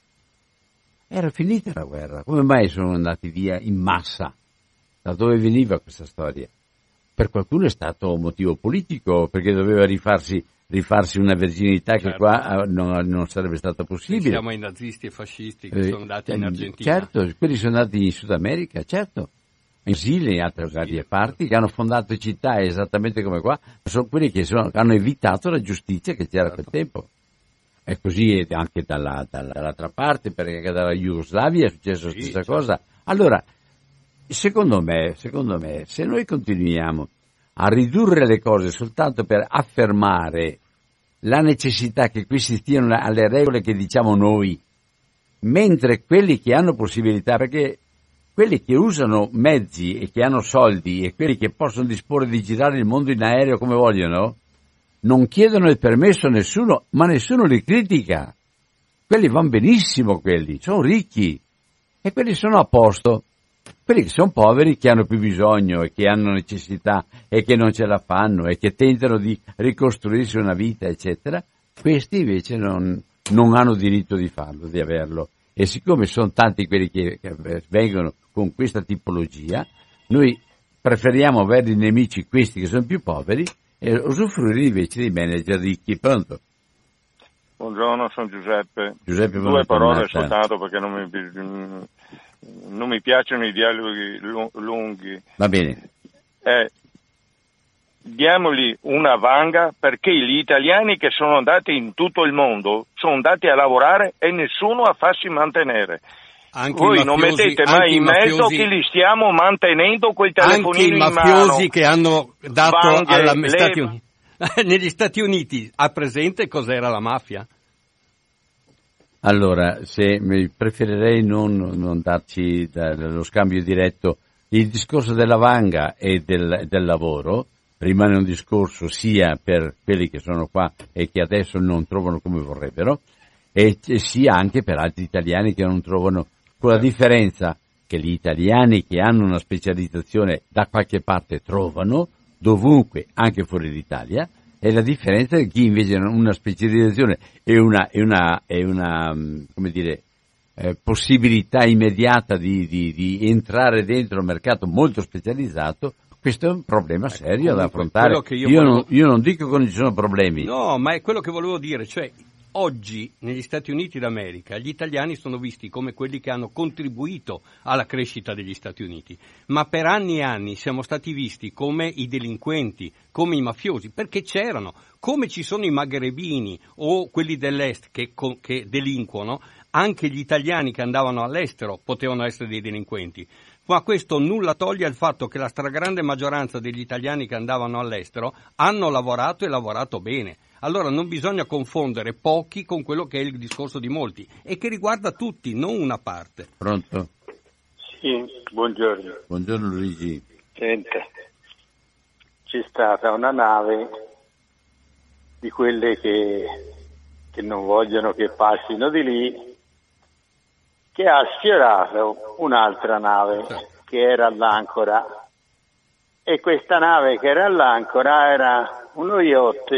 Era finita la guerra, come mai sono andati via in massa? Da dove veniva questa storia? Per qualcuno è stato un motivo politico, perché doveva rifarsi una verginità che qua non sarebbe stata possibile. Siamo ai nazisti e fascisti che sono andati in Argentina. Certo, quelli sono andati in Sud America, certo. In Brasile e in altre varie parti, che hanno fondato città esattamente come qua, sono quelli che hanno evitato la giustizia che c'era a quel tempo. E così anche dall'altra parte, perché anche dalla Jugoslavia è successa la stessa cosa. Allora, secondo me, se noi continuiamo a ridurre le cose soltanto per affermare la necessità che qui si stiano alle regole che diciamo noi, mentre quelli che hanno possibilità, perché quelli che usano mezzi e che hanno soldi e quelli che possono disporre di girare il mondo in aereo come vogliono, non chiedono il permesso a nessuno, ma nessuno li critica. Quelli vanno benissimo, quelli, sono ricchi e quelli sono a posto. Quelli che sono poveri, che hanno più bisogno e che hanno necessità e che non ce la fanno e che tentano di ricostruirsi una vita, eccetera, questi invece non hanno diritto di farlo, di averlo. E siccome sono tanti quelli che vengono con questa tipologia, noi preferiamo avere i nemici questi che sono più poveri e usufruire invece dei manager ricchi. Pronto? Buongiorno, sono Giuseppe. Due parole soltanto perché non mi piacciono i dialoghi lunghi. Va bene. Diamogli una vanga, perché gli italiani che sono andati in tutto il mondo sono andati a lavorare e nessuno a farsi mantenere. Anche voi non mettete mai in mezzo che li stiamo mantenendo quel telefonino in mano. Anche i mafiosi che hanno dato Stati Uniti. Negli Stati Uniti ha presente cos'era la mafia? Allora, preferirei non darci lo scambio diretto. Il discorso della vanga e del lavoro rimane un discorso sia per quelli che sono qua e che adesso non trovano come vorrebbero, e sia anche per altri italiani che non trovano, con la differenza che gli italiani che hanno una specializzazione da qualche parte trovano, dovunque, anche fuori d'Italia, e la differenza di chi invece ha una specializzazione e una come dire, possibilità immediata di entrare dentro un mercato molto specializzato. Questo è un problema serio da affrontare. Io non dico che non ci sono problemi. No, ma è quello che volevo dire, cioè oggi negli Stati Uniti d'America gli italiani sono visti come quelli che hanno contribuito alla crescita degli Stati Uniti, ma per anni e anni siamo stati visti come i delinquenti, come i mafiosi, perché c'erano, come ci sono i magrebini o quelli dell'est che delinquono, anche gli italiani che andavano all'estero potevano essere dei delinquenti. Ma questo nulla toglie al fatto che la stragrande maggioranza degli italiani che andavano all'estero hanno lavorato e lavorato bene. Allora non bisogna confondere pochi con quello che è il discorso di molti e che riguarda tutti, non una parte. Pronto? Sì, buongiorno. Buongiorno Luigi. Senta, c'è stata una nave di quelle che non vogliono che passino di lì, che ha sfiorato un'altra nave che era all'ancora, e questa nave che era all'ancora era uno yacht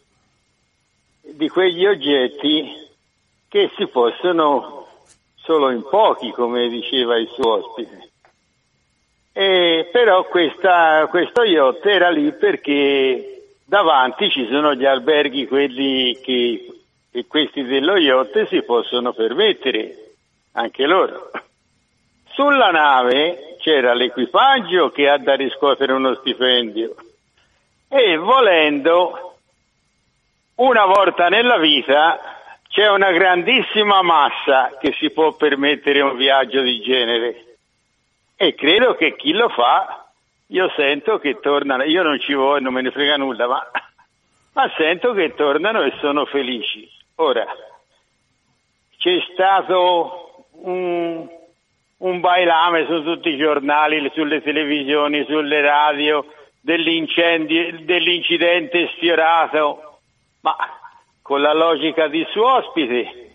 di quegli oggetti che si possono solo in pochi, come diceva il suo ospite. E però questo yacht era lì perché davanti ci sono gli alberghi, quelli che questi dello yacht si possono permettere anche loro. Sulla nave c'era l'equipaggio che ha da riscuotere uno stipendio e, volendo, una volta nella vita c'è una grandissima massa che si può permettere un viaggio di genere, e credo che chi lo fa, io sento che tornano, io non ci voglio, non me ne frega nulla, ma sento che tornano e sono felici. Ora, c'è stato un bailame su tutti i giornali, sulle televisioni, sulle radio, dell'incidente sfiorato, ma con la logica di suo ospite,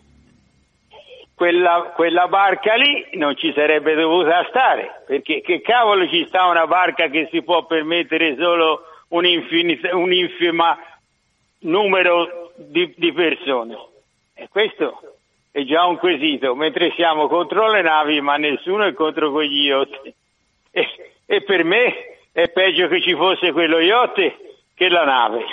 quella barca lì non ci sarebbe dovuta stare, perché che cavolo ci sta una barca che si può permettere solo un infima numero di persone? E questo è già un quesito, mentre siamo contro le navi, ma nessuno è contro quegli yacht. E per me è peggio che ci fosse quello yacht che la nave.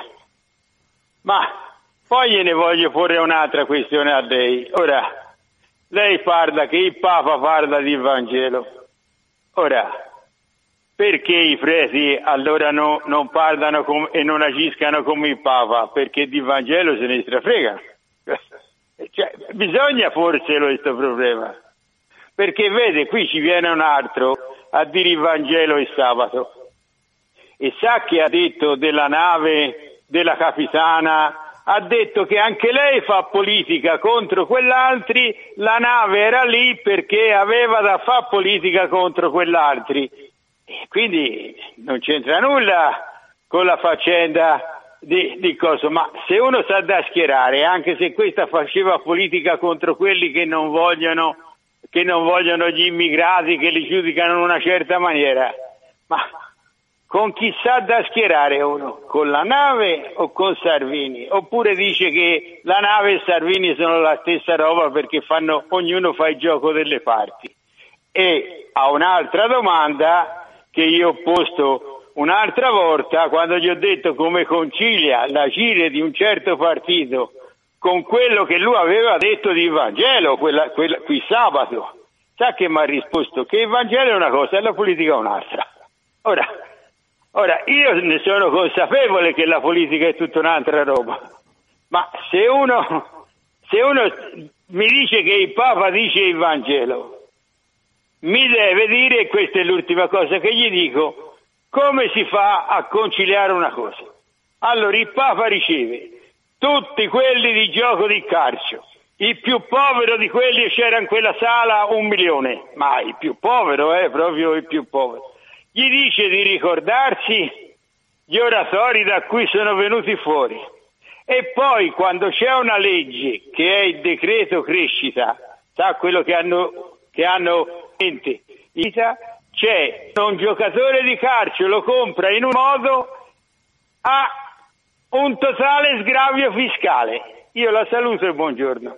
Ma poi gliene voglio porre un'altra questione a lei. Ora, lei parla che il Papa parla di Vangelo. Ora, perché i preti allora non parlano e non agiscano come il Papa? Perché di Vangelo se ne strafregano. Cioè, bisogna porselo questo problema, perché vede, qui ci viene un altro a dire il Vangelo il sabato e sa che ha detto della nave della capitana, ha detto che anche lei fa politica contro quell'altri, la nave era lì perché aveva da fare politica contro quell'altri, e quindi non c'entra nulla con la faccenda di cosa. Ma se uno sa da schierare, anche se questa faceva politica contro quelli che non vogliono gli immigrati, che li giudicano in una certa maniera, ma con chi sa da schierare uno? Con la nave o con Salvini? Oppure dice che la nave e Salvini sono la stessa roba perché ognuno fa il gioco delle parti? E a un'altra domanda che io ho posto un'altra volta, quando gli ho detto come concilia l'agire di un certo partito con quello che lui aveva detto di Vangelo, qui sabato, sa che mi ha risposto? Che il Vangelo è una cosa e la politica è un'altra. Ora, io ne sono consapevole che la politica è tutta un'altra roba, ma se uno mi dice che il Papa dice il Vangelo, mi deve dire, e questa è l'ultima cosa che gli dico, come si fa a conciliare una cosa? Allora il Papa riceve tutti quelli di gioco di calcio, il più povero di quelli, c'era in quella sala 1 milione, ma il più povero, proprio il più povero. Gli dice di ricordarsi gli oratori da cui sono venuti fuori. E poi quando c'è una legge che è il decreto crescita, sa quello che hanno in mente, c'è un giocatore di calcio, lo compra in un modo, ha un totale sgravio fiscale. Io la saluto e buongiorno.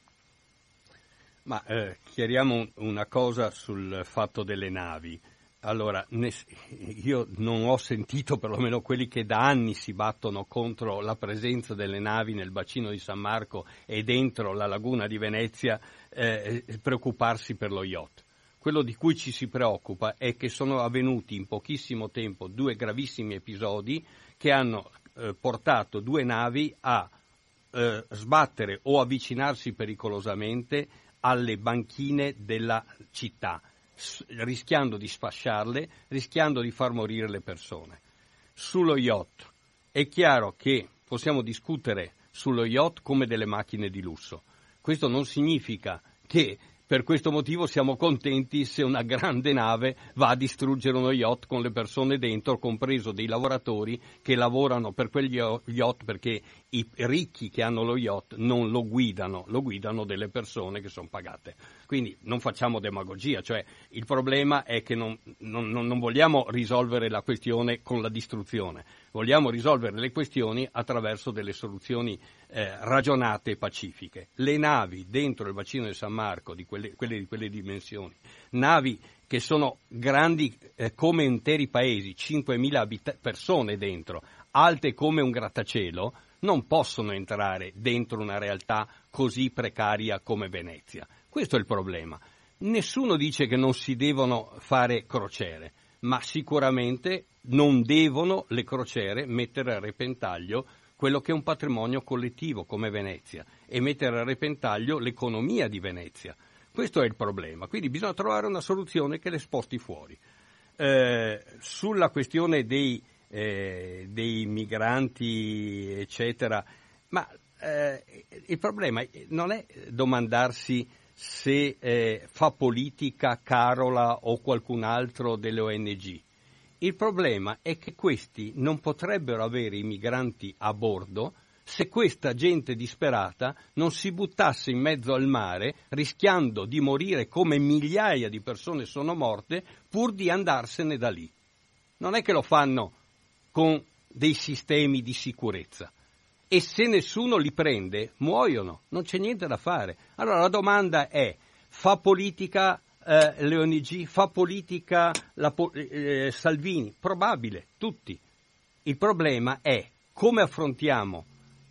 Ma chiariamo una cosa sul fatto delle navi. Allora, io non ho sentito, perlomeno quelli che da anni si battono contro la presenza delle navi nel bacino di San Marco e dentro la laguna di Venezia, preoccuparsi per lo yacht. Quello di cui ci si preoccupa è che sono avvenuti in pochissimo tempo 2 gravissimi episodi che hanno portato 2 navi a sbattere o avvicinarsi pericolosamente alle banchine della città. rischiando di sfasciarle, rischiando di far morire le persone. Sullo yacht è chiaro che possiamo discutere sullo yacht come delle macchine di lusso. Questo non significa che per questo motivo siamo contenti se una grande nave va a distruggere uno yacht con le persone dentro, compreso dei lavoratori che lavorano per quegli yacht, perché i ricchi che hanno lo yacht non lo guidano delle persone che sono pagate. Quindi non facciamo demagogia, cioè il problema è che non vogliamo risolvere la questione con la distruzione, vogliamo risolvere le questioni attraverso delle soluzioni ragionate e pacifiche. Le navi dentro il bacino di San Marco, quelle di quelle dimensioni, navi che sono grandi come interi paesi, 5.000 persone dentro, alte come un grattacielo, non possono entrare dentro una realtà così precaria come Venezia. Questo è il problema. Nessuno dice che non si devono fare crociere, ma sicuramente non devono le crociere mettere a repentaglio quello che è un patrimonio collettivo come Venezia e mettere a repentaglio l'economia di Venezia. Questo è il problema. Quindi bisogna trovare una soluzione che le sposti fuori. Sulla questione dei migranti, eccetera, ma il problema non è domandarsi se fa politica Carola o qualcun altro delle ONG. Il problema è che questi non potrebbero avere i migranti a bordo se questa gente disperata non si buttasse in mezzo al mare rischiando di morire come migliaia di persone sono morte pur di andarsene da lì. Non è che lo fanno con dei sistemi di sicurezza. E se nessuno li prende, muoiono, non c'è niente da fare. Allora la domanda è, fa politica le ONG, fa politica Salvini? Probabile, tutti. Il problema è come affrontiamo,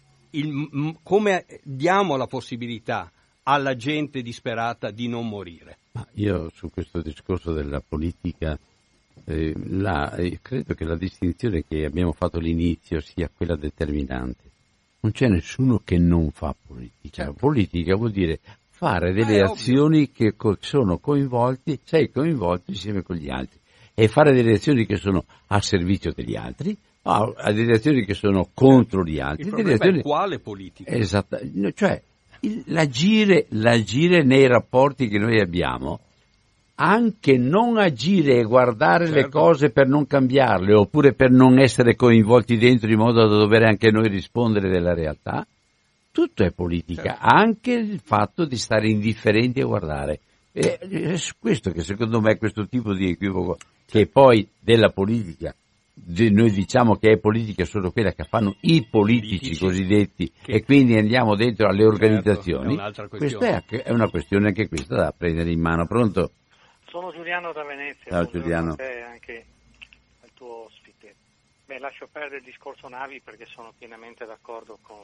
come diamo la possibilità alla gente disperata di non morire. Io su questo discorso della politica credo che la distinzione che abbiamo fatto all'inizio sia quella determinante. Non c'è nessuno che non fa politica. Certo. Politica vuol dire fare delle azioni che sono coinvolti, sei coinvolto insieme con gli altri, e fare delle azioni che sono a servizio degli altri, o delle azioni che sono contro gli altri. Il problema è quale politica? Esatto, cioè l'agire nei rapporti che noi abbiamo, anche non agire e guardare certo. le cose per non cambiarle, oppure per non essere coinvolti dentro in modo da dover anche noi rispondere della realtà, tutto è politica, certo. Anche il fatto di stare indifferenti a guardare. È questo che secondo me è questo tipo di equivoco, che poi della politica, noi diciamo che è politica solo quella che fanno i politici cosiddetti, e quindi andiamo dentro alle organizzazioni, certo, questa è una questione anche questa da prendere in mano. Pronto? Sono Giuliano da Venezia. Ciao Giuliano. A te e anche al tuo ospite. Lascio perdere il discorso navi perché sono pienamente d'accordo con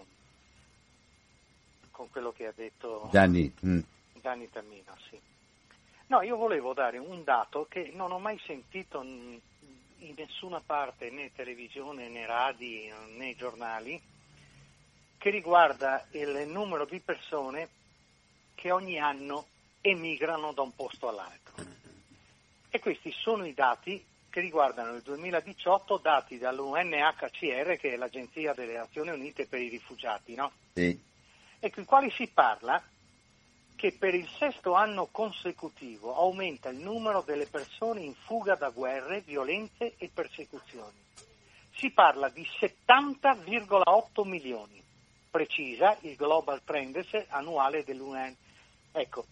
quello che ha detto Gianni Tammino. Sì. No, io volevo dare un dato che non ho mai sentito in nessuna parte, né televisione, né radio, né giornali, che riguarda il numero di persone che ogni anno emigrano da un posto all'altro. E questi sono i dati che riguardano il 2018, dati dall'UNHCR, che è l'Agenzia delle Nazioni Unite per i Rifugiati, no? Sì. Ecco, in quali si parla che per il 6º anno consecutivo aumenta il numero delle persone in fuga da guerre, violenze e persecuzioni. Si parla di 70,8 milioni, precisa il Global Trends annuale dell'UN. Ecco,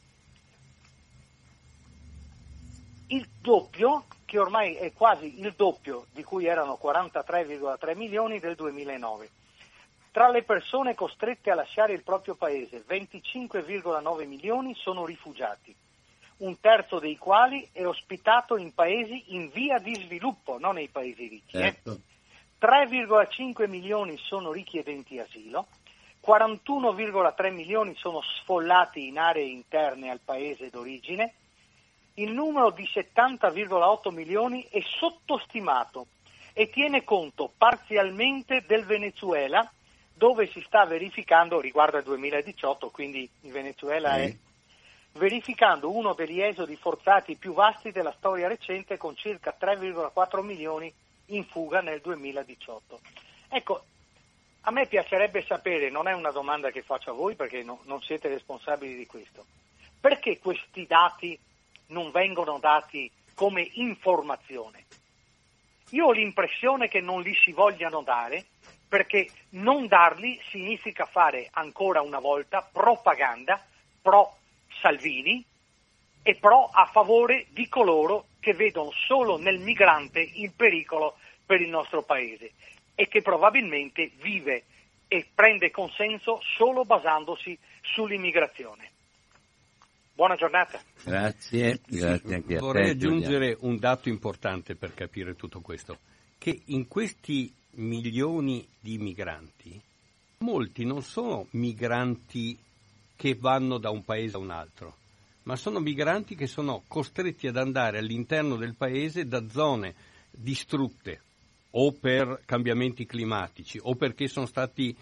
il doppio, che ormai è quasi il doppio di cui erano 43,3 milioni del 2009. Tra le persone costrette a lasciare il proprio paese, 25,9 milioni sono rifugiati, un terzo dei quali è ospitato in paesi in via di sviluppo, non nei paesi ricchi. Certo. 3,5 milioni sono richiedenti asilo, 41,3 milioni sono sfollati in aree interne al paese d'origine. Il numero di 70,8 milioni è sottostimato e tiene conto parzialmente del Venezuela, dove si sta verificando, riguardo al 2018, quindi il Venezuela è verificando uno degli esodi forzati più vasti della storia recente, con circa 3,4 milioni in fuga nel 2018. Ecco, a me piacerebbe sapere, non è una domanda che faccio a voi perché non siete responsabili di questo, perché questi dati non vengono dati come informazione? Io ho l'impressione che non li si vogliano dare, perché non darli significa fare ancora una volta propaganda pro Salvini e pro a favore di coloro che vedono solo nel migrante il pericolo per il nostro paese e che probabilmente vive e prende consenso solo basandosi sull'immigrazione. Buona giornata. Grazie anche a te. Vorrei aggiungere un dato importante per capire tutto questo, che in questi milioni di migranti, molti non sono migranti che vanno da un paese a un altro, ma sono migranti che sono costretti ad andare all'interno del paese da zone distrutte o per cambiamenti climatici o perché sono stati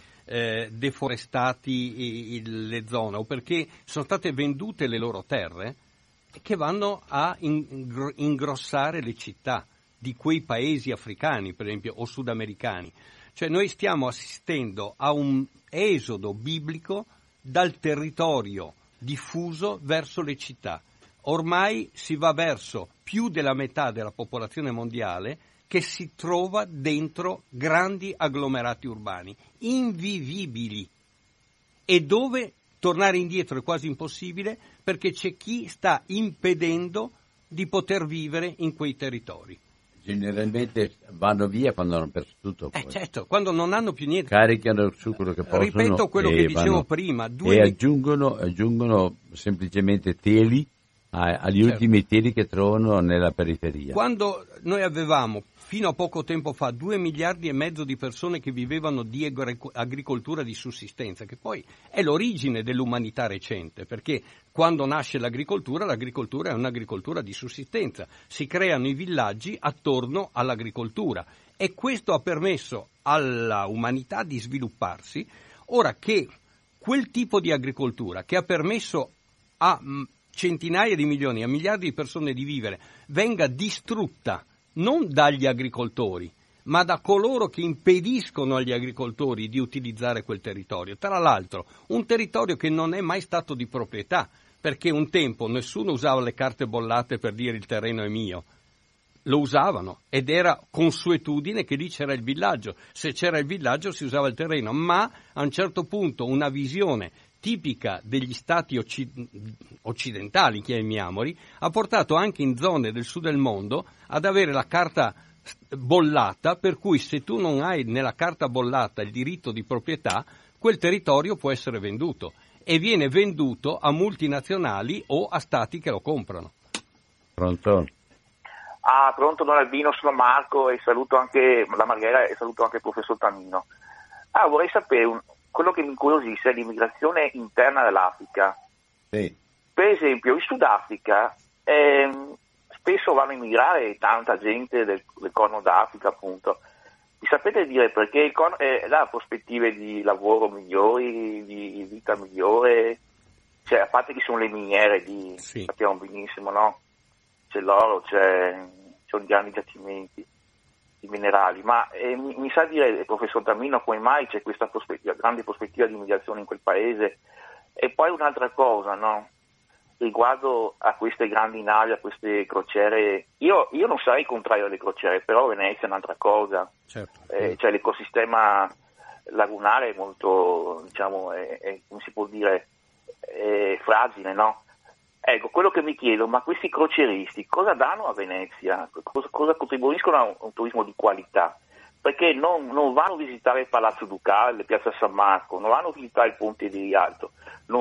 deforestati le zone o perché sono state vendute le loro terre, che vanno a ingrossare le città di quei paesi africani, per esempio, o sudamericani. Cioè noi stiamo assistendo a un esodo biblico dal territorio diffuso verso le città. Ormai si va verso più della metà della popolazione mondiale che si trova dentro grandi agglomerati urbani, invivibili, e dove tornare indietro è quasi impossibile perché c'è chi sta impedendo di poter vivere in quei territori. Generalmente vanno via quando hanno perso tutto. Certo, quando non hanno più niente. Caricano su quello che possono. Ripeto quello che dicevo prima. E aggiungono semplicemente teli agli ultimi teli che trovano nella periferia. Quando noi avevamo fino a poco tempo fa 2 miliardi e mezzo di persone che vivevano di agricoltura di sussistenza, che poi è l'origine dell'umanità recente, perché quando nasce l'agricoltura è un'agricoltura di sussistenza, si creano i villaggi attorno all'agricoltura e questo ha permesso alla umanità di svilupparsi. Ora che quel tipo di agricoltura che ha permesso a centinaia di milioni, a miliardi di persone di vivere, venga distrutta non dagli agricoltori, ma da coloro che impediscono agli agricoltori di utilizzare quel territorio. Tra l'altro, un territorio che non è mai stato di proprietà, perché un tempo nessuno usava le carte bollate per dire il terreno è mio. Lo usavano ed era consuetudine che lì c'era il villaggio. Se c'era il villaggio si usava il terreno, ma a un certo punto una visione tipica degli stati occidentali, chiamiamoli, ha portato anche in zone del sud del mondo ad avere la carta bollata, per cui se tu non hai nella carta bollata il diritto di proprietà, quel territorio può essere venduto e viene venduto a multinazionali o a stati che lo comprano. Pronto? Pronto Don Albino, sono Marco e saluto anche la Marghera e saluto anche il professor Tamino. Vorrei sapere quello che mi incuriosisce è l'immigrazione interna dell'Africa. Sì. Per esempio, in Sudafrica spesso vanno a immigrare tanta gente del Corno d'Africa, appunto. Mi sapete dire perché il Corno dà prospettive di lavoro migliori, di vita migliore? Cioè, a parte che sono le miniere, sì, sappiamo benissimo, no? C'è l'oro, sono grandi giacimenti di minerali, ma mi sa dire, professor Tamino, come mai c'è questa grande prospettiva di immigrazione in quel paese? E poi un'altra cosa, no? Riguardo a queste grandi navi, a queste crociere, io non sarei contrario alle crociere, però Venezia è un'altra cosa. Certo. Cioè l'ecosistema lagunare è molto, diciamo, come si può dire, fragile, no? Ecco, quello che mi chiedo, ma questi crocieristi cosa danno a Venezia? Cosa contribuiscono a un turismo di qualità? Perché non vanno a visitare il Palazzo Ducale, Piazza San Marco, non vanno a visitare il Ponte di Rialto,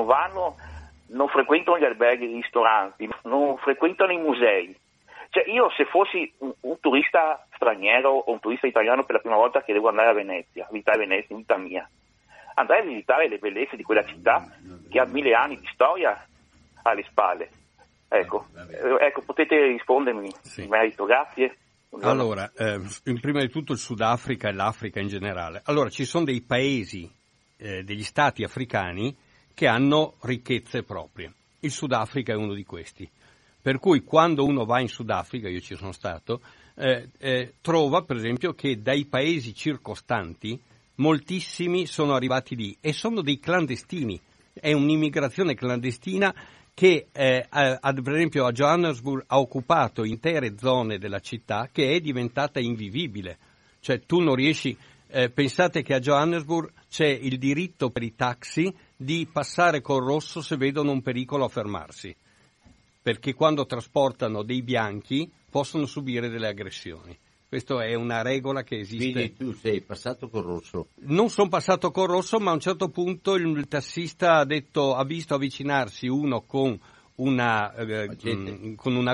non frequentano gli alberghi e i ristoranti, non frequentano i musei. Cioè io se fossi un turista straniero o un turista italiano per la prima volta che devo andare a Venezia, visitare Venezia in vita mia, andrei a visitare le bellezze di quella città che ha 1000 anni di storia alle spalle. Ecco, potete rispondermi in merito, grazie. Allora, prima di tutto il Sudafrica e l'Africa in generale. Allora, ci sono dei paesi, degli stati africani che hanno ricchezze proprie. il Sudafrica è uno di questi. Per cui quando uno va in Sudafrica, io ci sono stato, trova per esempio che dai paesi circostanti moltissimi sono arrivati lì e sono dei clandestini. È un'immigrazione clandestina che per esempio a Johannesburg ha occupato intere zone della città che è diventata invivibile. Cioè tu non riesci, pensate che a Johannesburg c'è il diritto per i taxi di passare col rosso se vedono un pericolo a fermarsi, perché quando trasportano dei bianchi possono subire delle aggressioni. Questa è una regola che esiste. Quindi tu sei passato col rosso? Non sono passato col rosso, ma a un certo punto il tassista ha visto avvicinarsi uno con il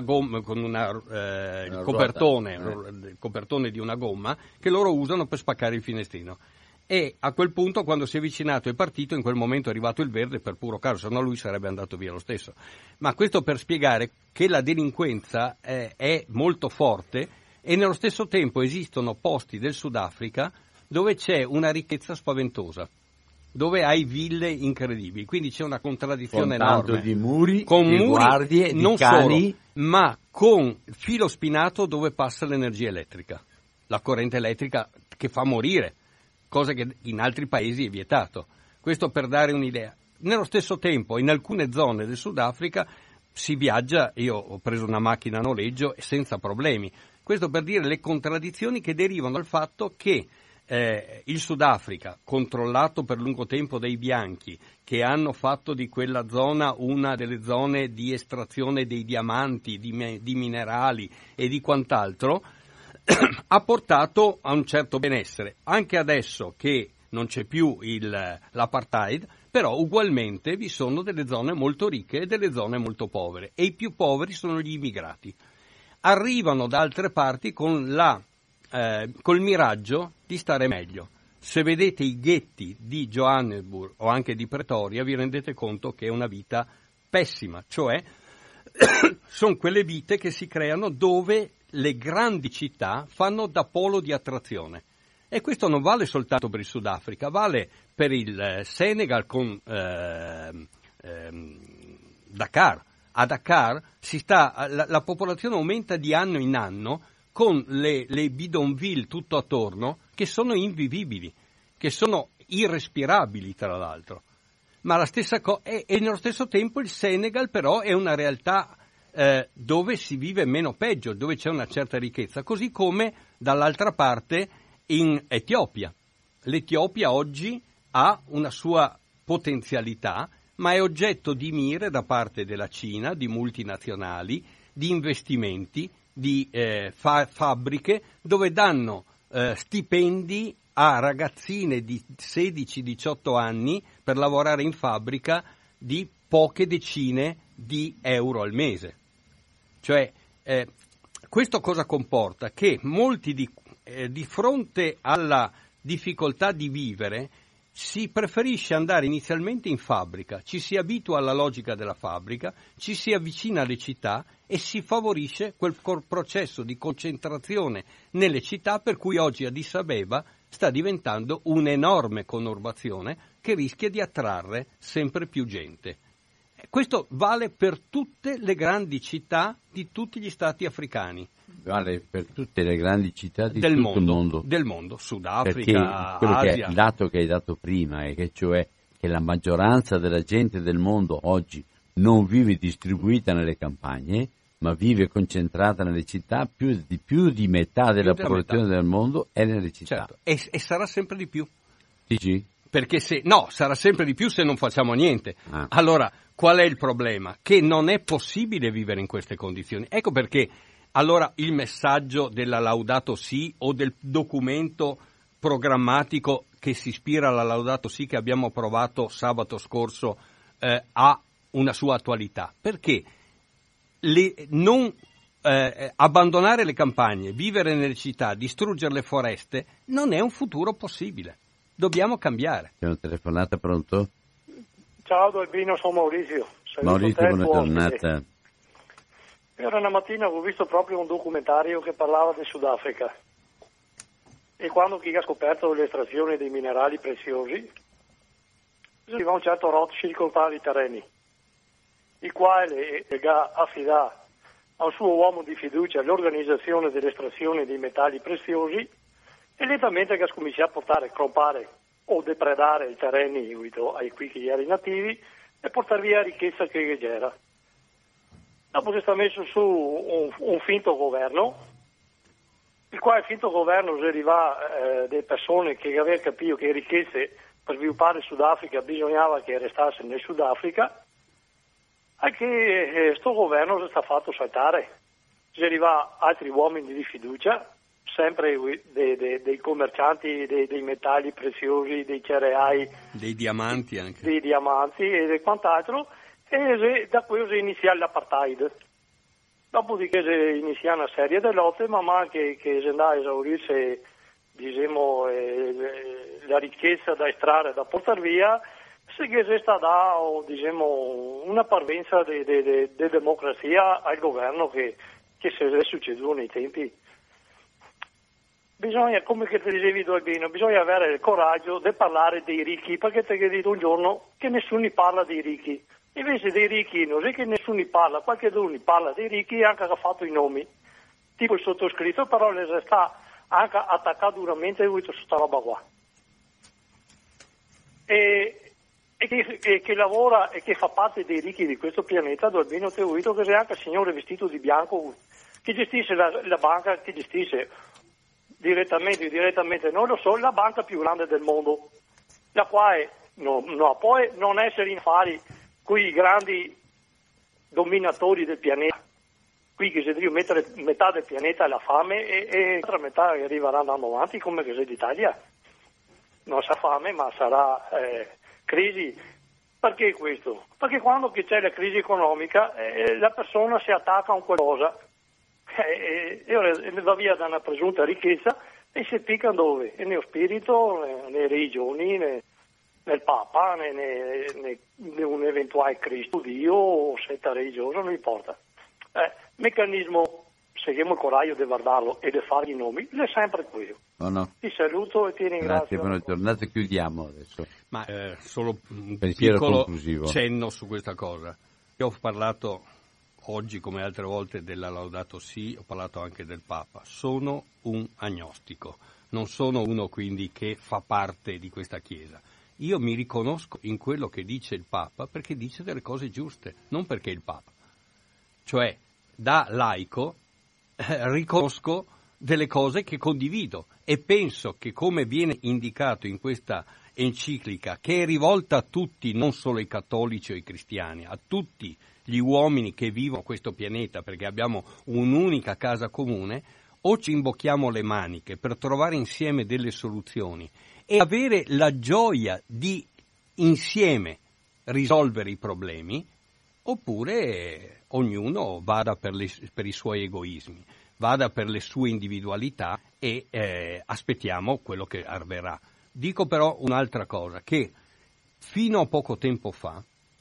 copertone di una gomma che loro usano per spaccare il finestrino. E a quel punto, quando si è avvicinato e partito, in quel momento è arrivato il verde per puro caso, se no lui sarebbe andato via lo stesso. Ma questo per spiegare che la delinquenza è molto forte e nello stesso tempo esistono posti del Sudafrica dove c'è una ricchezza spaventosa, dove hai ville incredibili, quindi c'è una contraddizione enorme. Con tanto di muri, con di muri, guardie, di non cani. solo, ma con filo spinato dove passa l'energia elettrica, la corrente elettrica che fa morire, cosa che in altri paesi è vietato. Questo per dare un'idea. Nello stesso tempo, in alcune zone del Sudafrica si viaggia, io ho preso una macchina a noleggio senza problemi. Questo per dire le contraddizioni che derivano dal fatto che il Sudafrica, controllato per lungo tempo dai bianchi, che hanno fatto di quella zona una delle zone di estrazione dei diamanti, di minerali e di quant'altro, ha portato a un certo benessere. Anche adesso che non c'è più l'apartheid, però ugualmente vi sono delle zone molto ricche e delle zone molto povere, e i più poveri sono gli immigrati. Arrivano da altre parti col miraggio di stare meglio. Se vedete i ghetti di Johannesburg o anche di Pretoria vi rendete conto che è una vita pessima, cioè sono quelle vite che si creano dove le grandi città fanno da polo di attrazione. E questo non vale soltanto per il Sudafrica, vale per il Senegal con Dakar. A Dakar la popolazione aumenta di anno in anno con le bidonville tutto attorno che sono invivibili, che sono irrespirabili tra l'altro. Ma la stessa e nello stesso tempo il Senegal però è una realtà dove si vive meno peggio, dove c'è una certa ricchezza, così come dall'altra parte in Etiopia. L'Etiopia oggi ha una sua potenzialità, ma è oggetto di mire da parte della Cina, di multinazionali, di investimenti, di fabbriche, dove danno stipendi a ragazzine di 16-18 anni per lavorare in fabbrica di poche decine di euro al mese. Cioè, questo cosa comporta? Che molti di fronte alla difficoltà di vivere si preferisce andare inizialmente in fabbrica, ci si abitua alla logica della fabbrica, ci si avvicina alle città e si favorisce quel processo di concentrazione nelle città, per cui oggi Addis Abeba sta diventando un'enorme conurbazione che rischia di attrarre sempre più gente. Questo vale per tutte le grandi città di tutti gli stati africani. Vale per tutte le grandi città di tutto il mondo. Del mondo, Sudafrica, perché quello Asia. Che è il dato che hai dato prima è che cioè che la maggioranza della gente del mondo oggi non vive distribuita nelle campagne, ma vive concentrata nelle città, più di metà della popolazione del mondo è nelle città. Certo. E sarà sempre di più. Sì. Perché sarà sempre di più se non facciamo niente. Allora, qual è il problema? Che non è possibile vivere in queste condizioni. Ecco perché allora il messaggio della Laudato Si o del documento programmatico che si ispira alla Laudato Si che abbiamo approvato sabato scorso ha una sua attualità. Perché abbandonare le campagne, vivere nelle città, distruggere le foreste non è un futuro possibile. Dobbiamo cambiare. C'è una telefonata, pronto? Ciao Albino, sono Maurizio. Maurizio, buona giornata. Era una mattina ho visto proprio un documentario che parlava del Sudafrica e quando chi ha scoperto l'estrazione dei minerali preziosi arriva un certo Rothschild comprare i terreni il quale affidà a un suo uomo di fiducia l'organizzazione dell'estrazione dei metalli preziosi e lentamente che comincia a portare, crompare o depredare i terreni ai qui che erano nativi e portare via ricchezza che c'era. Dopo si sta messo su un finto governo, il quale finto governo deriva delle persone che avevano capito che ricchezze per sviluppare il Sudafrica bisognava che restasse nel Sudafrica, e che sto governo si sta fatto saltare. Si arriva altri uomini di fiducia, sempre dei commercianti dei metalli preziosi, dei cereali, dei diamanti anche. Dei diamanti e quant'altro, e da qui si inizia l'apartheid. Dopodiché si inizia una serie di lotte, man mano che si andava a esaurirsi, diciamo, la ricchezza da estrarre, da portare via, si sta dando, diciamo, una parvenza di democrazia al governo che si è succeduto nei tempi. Bisogna, come che ti dicevi tu Albino, bisogna avere il coraggio di parlare dei ricchi, perché ti ho detto un giorno che nessuno ne parla dei ricchi. Invece dei ricchi non è che nessuno ne parla, qualcuno ne parla dei ricchi anche che ha fatto i nomi, tipo il sottoscritto, però le sta anche attaccato duramente questa roba qua. E che lavora e che fa parte dei ricchi di questo pianeta, dove Albino ti ho detto che c'è anche il signore vestito di bianco che gestisce la banca, che gestisce direttamente o indirettamente, non lo so, la banca più grande del mondo, la quale poi non essere in affari con i grandi dominatori del pianeta, qui che si deve mettere metà del pianeta alla fame e l'altra metà che arriverà andando avanti come che c'è l'Italia. Non sarà fame ma sarà crisi. Perché questo? Perché quando c'è la crisi economica la persona si attacca a un qualcosa e va via da una presunta ricchezza e si picca dove? Nello spirito, nelle religioni, nel Papa, in un eventuale Cristo, Dio o setta religiosa, non importa. Meccanismo, seguiamo il coraggio di guardarlo e di fare i nomi, è sempre quello. No. Ti saluto e ti ringrazio. Grazie, buona giornata, chiudiamo adesso. Ma solo un pensiero piccolo conclusivo. Cenno su questa cosa. Io ho parlato oggi, come altre volte, della Laudato Si, ho parlato anche del Papa. Sono un agnostico, non sono uno quindi che fa parte di questa Chiesa. Io mi riconosco in quello che dice il Papa perché dice delle cose giuste, non perché è il Papa. Cioè, da laico riconosco delle cose che condivido e penso che, come viene indicato in questa enciclica, che è rivolta a tutti, non solo ai cattolici o ai cristiani, a tutti gli uomini che vivono questo pianeta, perché abbiamo un'unica casa comune, o ci imbocchiamo le maniche per trovare insieme delle soluzioni e avere la gioia di insieme risolvere i problemi, oppure ognuno vada per i suoi egoismi, vada per le sue individualità e aspettiamo quello che avverrà. Dico però un'altra cosa, che fino a poco tempo fa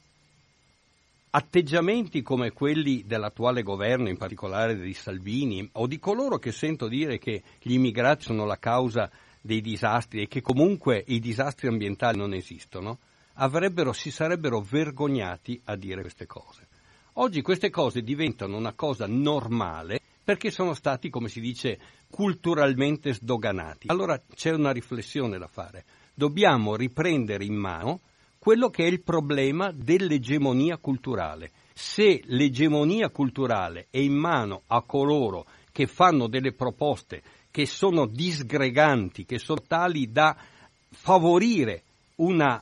atteggiamenti come quelli dell'attuale governo, in particolare di Salvini, o di coloro che sento dire che gli immigrati sono la causa dei disastri e che comunque i disastri ambientali non esistono, si sarebbero vergognati a dire queste cose. Oggi queste cose diventano una cosa normale perché sono stati, come si dice, culturalmente sdoganati. Allora c'è una riflessione da fare. Dobbiamo riprendere in mano quello che è il problema dell'egemonia culturale. Se l'egemonia culturale è in mano a coloro che fanno delle proposte che sono disgreganti, che sono tali da favorire una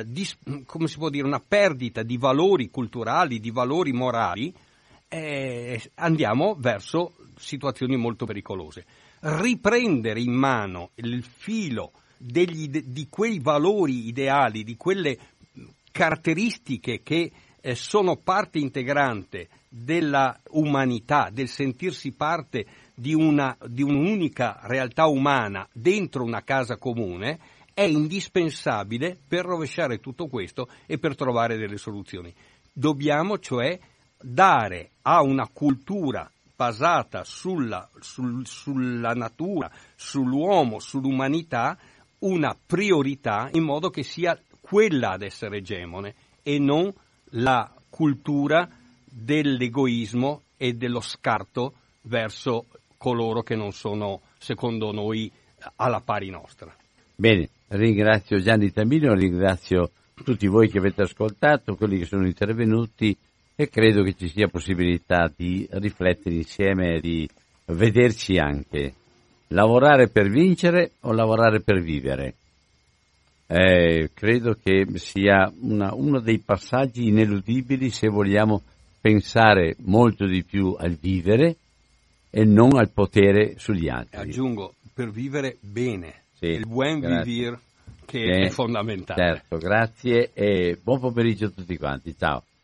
perdita di valori culturali, di valori morali, andiamo verso situazioni molto pericolose. Riprendere in mano il filo di quei valori ideali, di quelle caratteristiche che sono parte integrante della umanità, del sentirsi parte di un'unica realtà umana dentro una casa comune, è indispensabile per rovesciare tutto questo e per trovare delle soluzioni. Dobbiamo cioè dare a una cultura basata sulla natura, sull'uomo, sull'umanità, una priorità in modo che sia quella ad essere egemone e non la cultura dell'egoismo e dello scarto verso coloro che non sono, secondo noi, alla pari nostra. Bene, ringrazio Gianni Tamino, ringrazio tutti voi che avete ascoltato, quelli che sono intervenuti, e credo che ci sia possibilità di riflettere insieme e di vederci anche. Lavorare per vincere o lavorare per vivere? Credo che sia uno dei passaggi ineludibili se vogliamo pensare molto di più al vivere e non al potere sugli altri. Aggiungo, per vivere bene, sì, il buon vivere che è fondamentale. Certo, grazie e buon pomeriggio a tutti quanti, ciao.